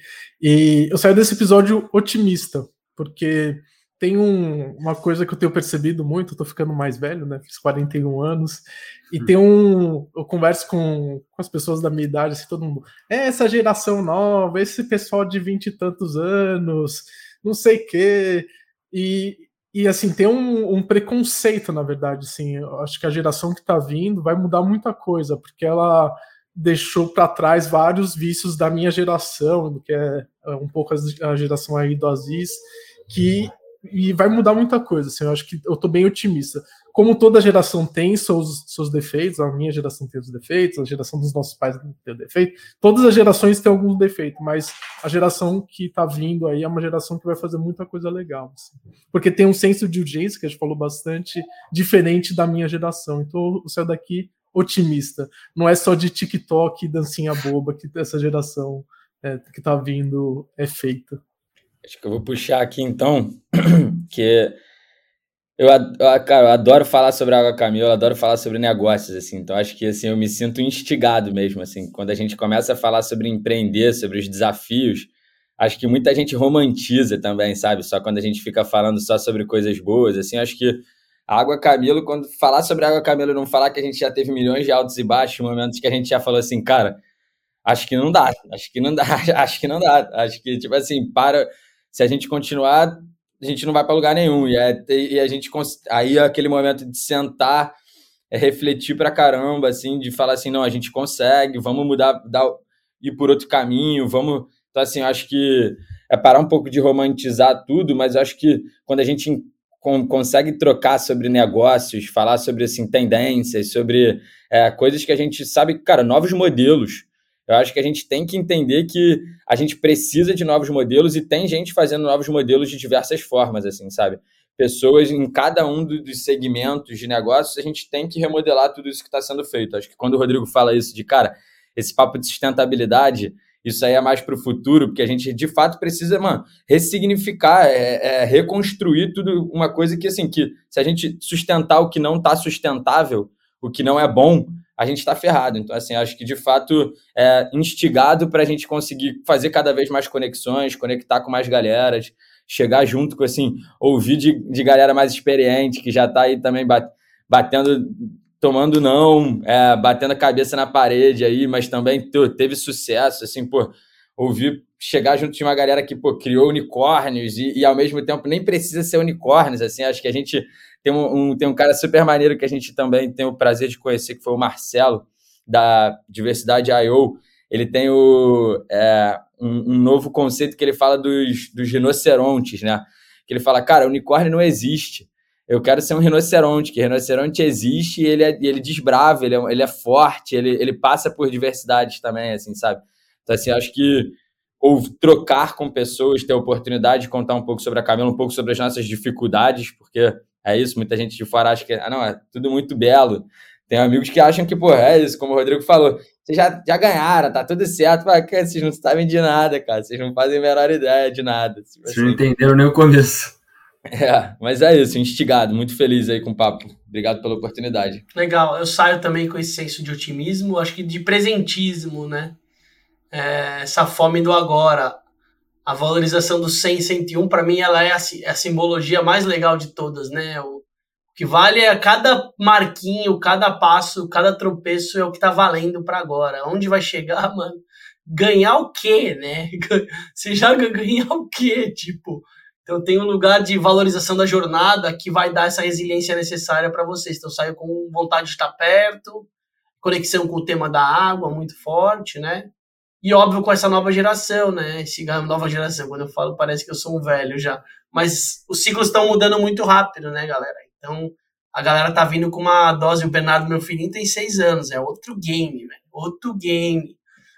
e eu saio desse episódio otimista, porque tem um, uma coisa que eu tenho percebido muito, eu tô ficando mais velho, né, fiz quarenta e um anos, e hum. tem um, eu converso com, com as pessoas da minha idade, assim, todo mundo, é essa geração nova, esse pessoal de vinte e tantos anos, não sei o quê, e, e assim, tem um, um preconceito, na verdade, assim, eu acho que a geração que tá vindo vai mudar muita coisa, porque ela deixou para trás vários vícios da minha geração, que é um pouco a geração aí do Aziz, que e vai mudar muita coisa, assim, eu acho que eu tô bem otimista. Como toda geração tem seus, seus defeitos, a minha geração tem os defeitos, a geração dos nossos pais tem o defeito, todas as gerações têm alguns defeitos, mas a geração que tá vindo aí é uma geração que vai fazer muita coisa legal, assim. Porque tem um senso de urgência, que a gente falou bastante, diferente da minha geração, então eu saio daqui otimista, não é só de TikTok e dancinha boba que essa geração é, que tá vindo é feita. Acho que eu vou puxar aqui então, que eu, cara, eu adoro falar sobre a Água Camelo, eu adoro falar sobre negócios, assim, então acho que assim, eu me sinto instigado mesmo, assim, quando a gente começa a falar sobre empreender, sobre os desafios, acho que muita gente romantiza também, sabe? Só quando a gente fica falando só sobre coisas boas, assim, acho que a Água Camelo, quando falar sobre a Água Camelo e não falar que a gente já teve milhões de altos e baixos, momentos que a gente já falou assim, cara, acho que não dá, acho que não dá, acho que não dá, acho que, tipo assim, para, se a gente continuar, a gente não vai para lugar nenhum, e, é, e a gente, aí é aquele momento de sentar, é refletir pra caramba, assim, de falar assim, não, a gente consegue, vamos mudar, dar, ir por outro caminho, vamos, então assim, eu acho que é parar um pouco de romantizar tudo, mas eu acho que quando a gente com, consegue trocar sobre negócios, falar sobre, assim, tendências, sobre é, coisas que a gente sabe, cara, novos modelos, eu acho que a gente tem que entender que a gente precisa de novos modelos e tem gente fazendo novos modelos de diversas formas, assim, sabe? Pessoas em cada um dos segmentos de negócios, a gente tem que remodelar tudo isso que está sendo feito. Acho que quando o Rodrigo fala isso de, cara, esse papo de sustentabilidade, isso aí é mais para o futuro, porque a gente, de fato, precisa, mano, ressignificar, é, é, reconstruir tudo, uma coisa que, assim, que se a gente sustentar o que não está sustentável, o que não é bom, a gente está ferrado. Então, assim, acho que, de fato, é instigado para a gente conseguir fazer cada vez mais conexões, conectar com mais galeras, chegar junto com, assim, ouvir de, de galera mais experiente, que já está aí também batendo, tomando não, é, batendo a cabeça na parede aí, mas também teve sucesso, assim, pô, ouvir, chegar junto de uma galera que, pô, criou unicórnios e, e, ao mesmo tempo, nem precisa ser unicórnios, assim, acho que a gente... Tem um, um, tem um cara super maneiro que a gente também tem o prazer de conhecer, que foi o Marcelo, da Diversidade I O. Ele tem o, é, um, um novo conceito que ele fala dos, dos rinocerontes, né? Que ele fala, cara, unicórnio não existe. Eu quero ser um rinoceronte, que rinoceronte existe e ele, é, ele desbrava, ele é, ele é forte, ele, ele passa por diversidades também, assim, sabe? Então, assim, acho que ou trocar com pessoas, ter a oportunidade de contar um pouco sobre a Camelo, um pouco sobre as nossas dificuldades, porque... É isso, muita gente de fora acha que ah, não, é tudo muito belo. Tem amigos que acham que, pô, é isso, como o Rodrigo falou, vocês já, já ganharam, tá tudo certo. Mas, cara, vocês não sabem de nada, cara. Vocês não fazem a menor ideia de nada. Vocês assim. Não entenderam nem o começo. É, mas é isso, instigado, muito feliz aí com o papo. Obrigado pela oportunidade. Legal, eu saio também com esse senso de otimismo, acho que de presentismo, né? É, essa fome do agora. A valorização do cem, cento e um, para mim, ela é a, é a simbologia mais legal de todas, né? O, o que vale é cada marquinho, cada passo, cada tropeço é o que tá valendo para agora. Onde vai chegar, mano? Ganhar o quê, né? Você já ganhar o quê, tipo? Então tem um lugar de valorização da jornada que vai dar essa resiliência necessária para vocês. Então eu saio com vontade de estar perto, conexão com o tema da água muito forte, né? E óbvio com essa nova geração, né? Esse nova geração, quando eu falo, parece que eu sou um velho já. Mas os ciclos estão mudando muito rápido, né, galera? Então, a galera tá vindo com uma dose. O Bernardo, meu filhinho, tem seis anos. É outro game, velho. Outro game.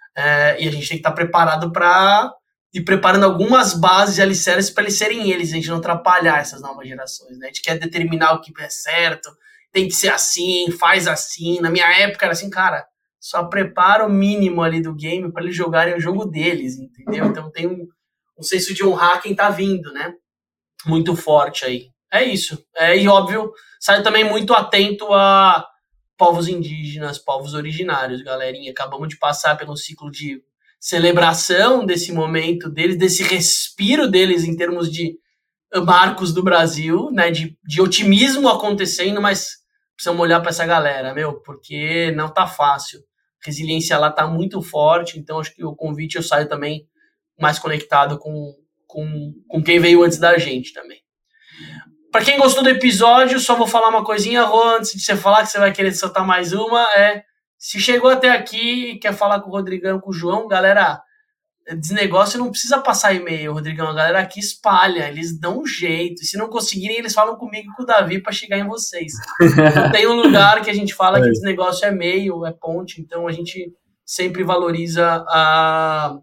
É, e a gente tem que estar tá preparado para ir preparando algumas bases e alicerces para eles serem eles. A gente não atrapalhar essas novas gerações, né? A gente quer determinar o que é certo. Tem que ser assim, faz assim. Na minha época era assim, cara... Só prepara o mínimo ali do game para eles jogarem o jogo deles, entendeu? Então tem um, um senso de honrar quem tá vindo, né? Muito forte aí. É isso. É, e óbvio, sai também muito atento a povos indígenas, povos originários, galerinha. Acabamos de passar pelo ciclo de celebração desse momento deles, desse respiro deles em termos de marcos do Brasil, né? De, de otimismo acontecendo, mas precisamos olhar para essa galera, meu, porque não tá fácil. Resiliência lá tá muito forte, então acho que o convite eu saio também mais conectado com, com, com quem veio antes da gente também. Para quem gostou do episódio, só vou falar uma coisinha, Rô, antes de você falar que você vai querer soltar mais uma, é, se chegou até aqui e quer falar com o Rodrigão, com o João, galera, desnegócio não precisa passar e-mail, Rodrigão, a galera aqui espalha, eles dão um jeito, e se não conseguirem, eles falam comigo e com o Davi para chegar em vocês. Então tem um lugar que a gente fala que desnegócio é meio, é ponte, então a gente sempre valoriza a...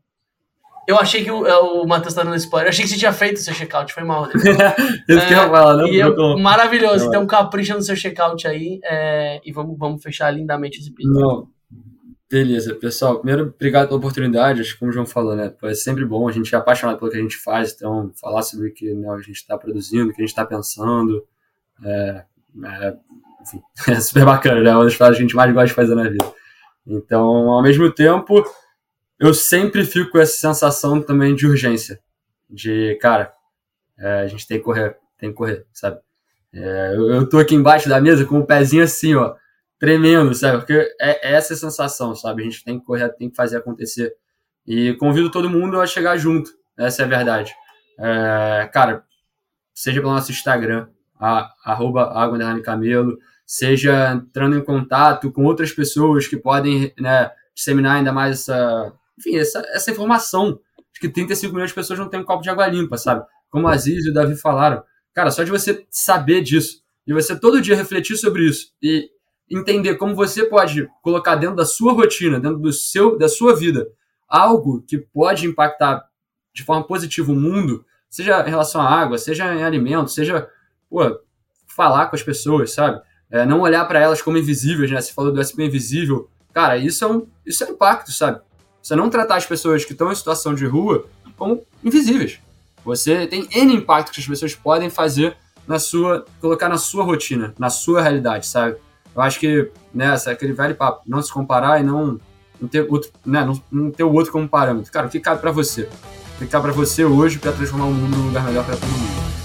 Eu achei que o, o Matheus tá dando spoiler, eu achei que você tinha feito o seu checkout, foi mal. Eu é, falar, não, e eu, não, maravilhoso, não, então capricha no seu checkout aí, é, e vamos, vamos fechar lindamente esse episódio. Não. Beleza, pessoal. Primeiro, obrigado pela oportunidade. Acho que, como o João falou, né? É sempre bom. A gente é apaixonado pelo que a gente faz, então falar sobre o que, né, a gente está produzindo, o que a gente está pensando. É, é, enfim, é super bacana, né? É uma das coisas que a gente mais gosta de fazer na vida. Então, ao mesmo tempo, eu sempre fico com essa sensação também de urgência. De, cara, é, a gente tem que correr, tem que correr, sabe? É, eu, eu tô aqui embaixo da mesa com o pezinho assim, ó, tremendo, sabe? Porque é, é essa sensação, sabe? A gente tem que correr, tem que fazer acontecer. E convido todo mundo a chegar junto, essa é a verdade. É, cara, seja pelo nosso Instagram, a, arroba água underline camelo, seja entrando em contato com outras pessoas que podem, né, disseminar ainda mais essa, enfim, essa, essa informação de que trinta e cinco milhões de pessoas não têm um copo de água limpa, sabe? Como a Aziz e o Davi falaram. Cara, só de você saber disso, e você todo dia refletir sobre isso, e entender como você pode colocar dentro da sua rotina, dentro do seu, da sua vida, algo que pode impactar de forma positiva o mundo, seja em relação à água, seja em alimentos, seja, pô, falar com as pessoas, sabe? É, não olhar para elas como invisíveis, né? Você falou do S P invisível. Cara, isso é um, isso é um impacto, sabe? Você não tratar as pessoas que estão em situação de rua como invisíveis. Você tem N impactos que as pessoas podem fazer na sua, colocar na sua rotina, na sua realidade, sabe? Eu acho que, né, aquele velho papo, não se comparar e não, não ter outro, né, não, não ter o outro como parâmetro. Cara, o que cabe pra você? O que cabe pra você hoje pra transformar o mundo num lugar melhor pra todo mundo?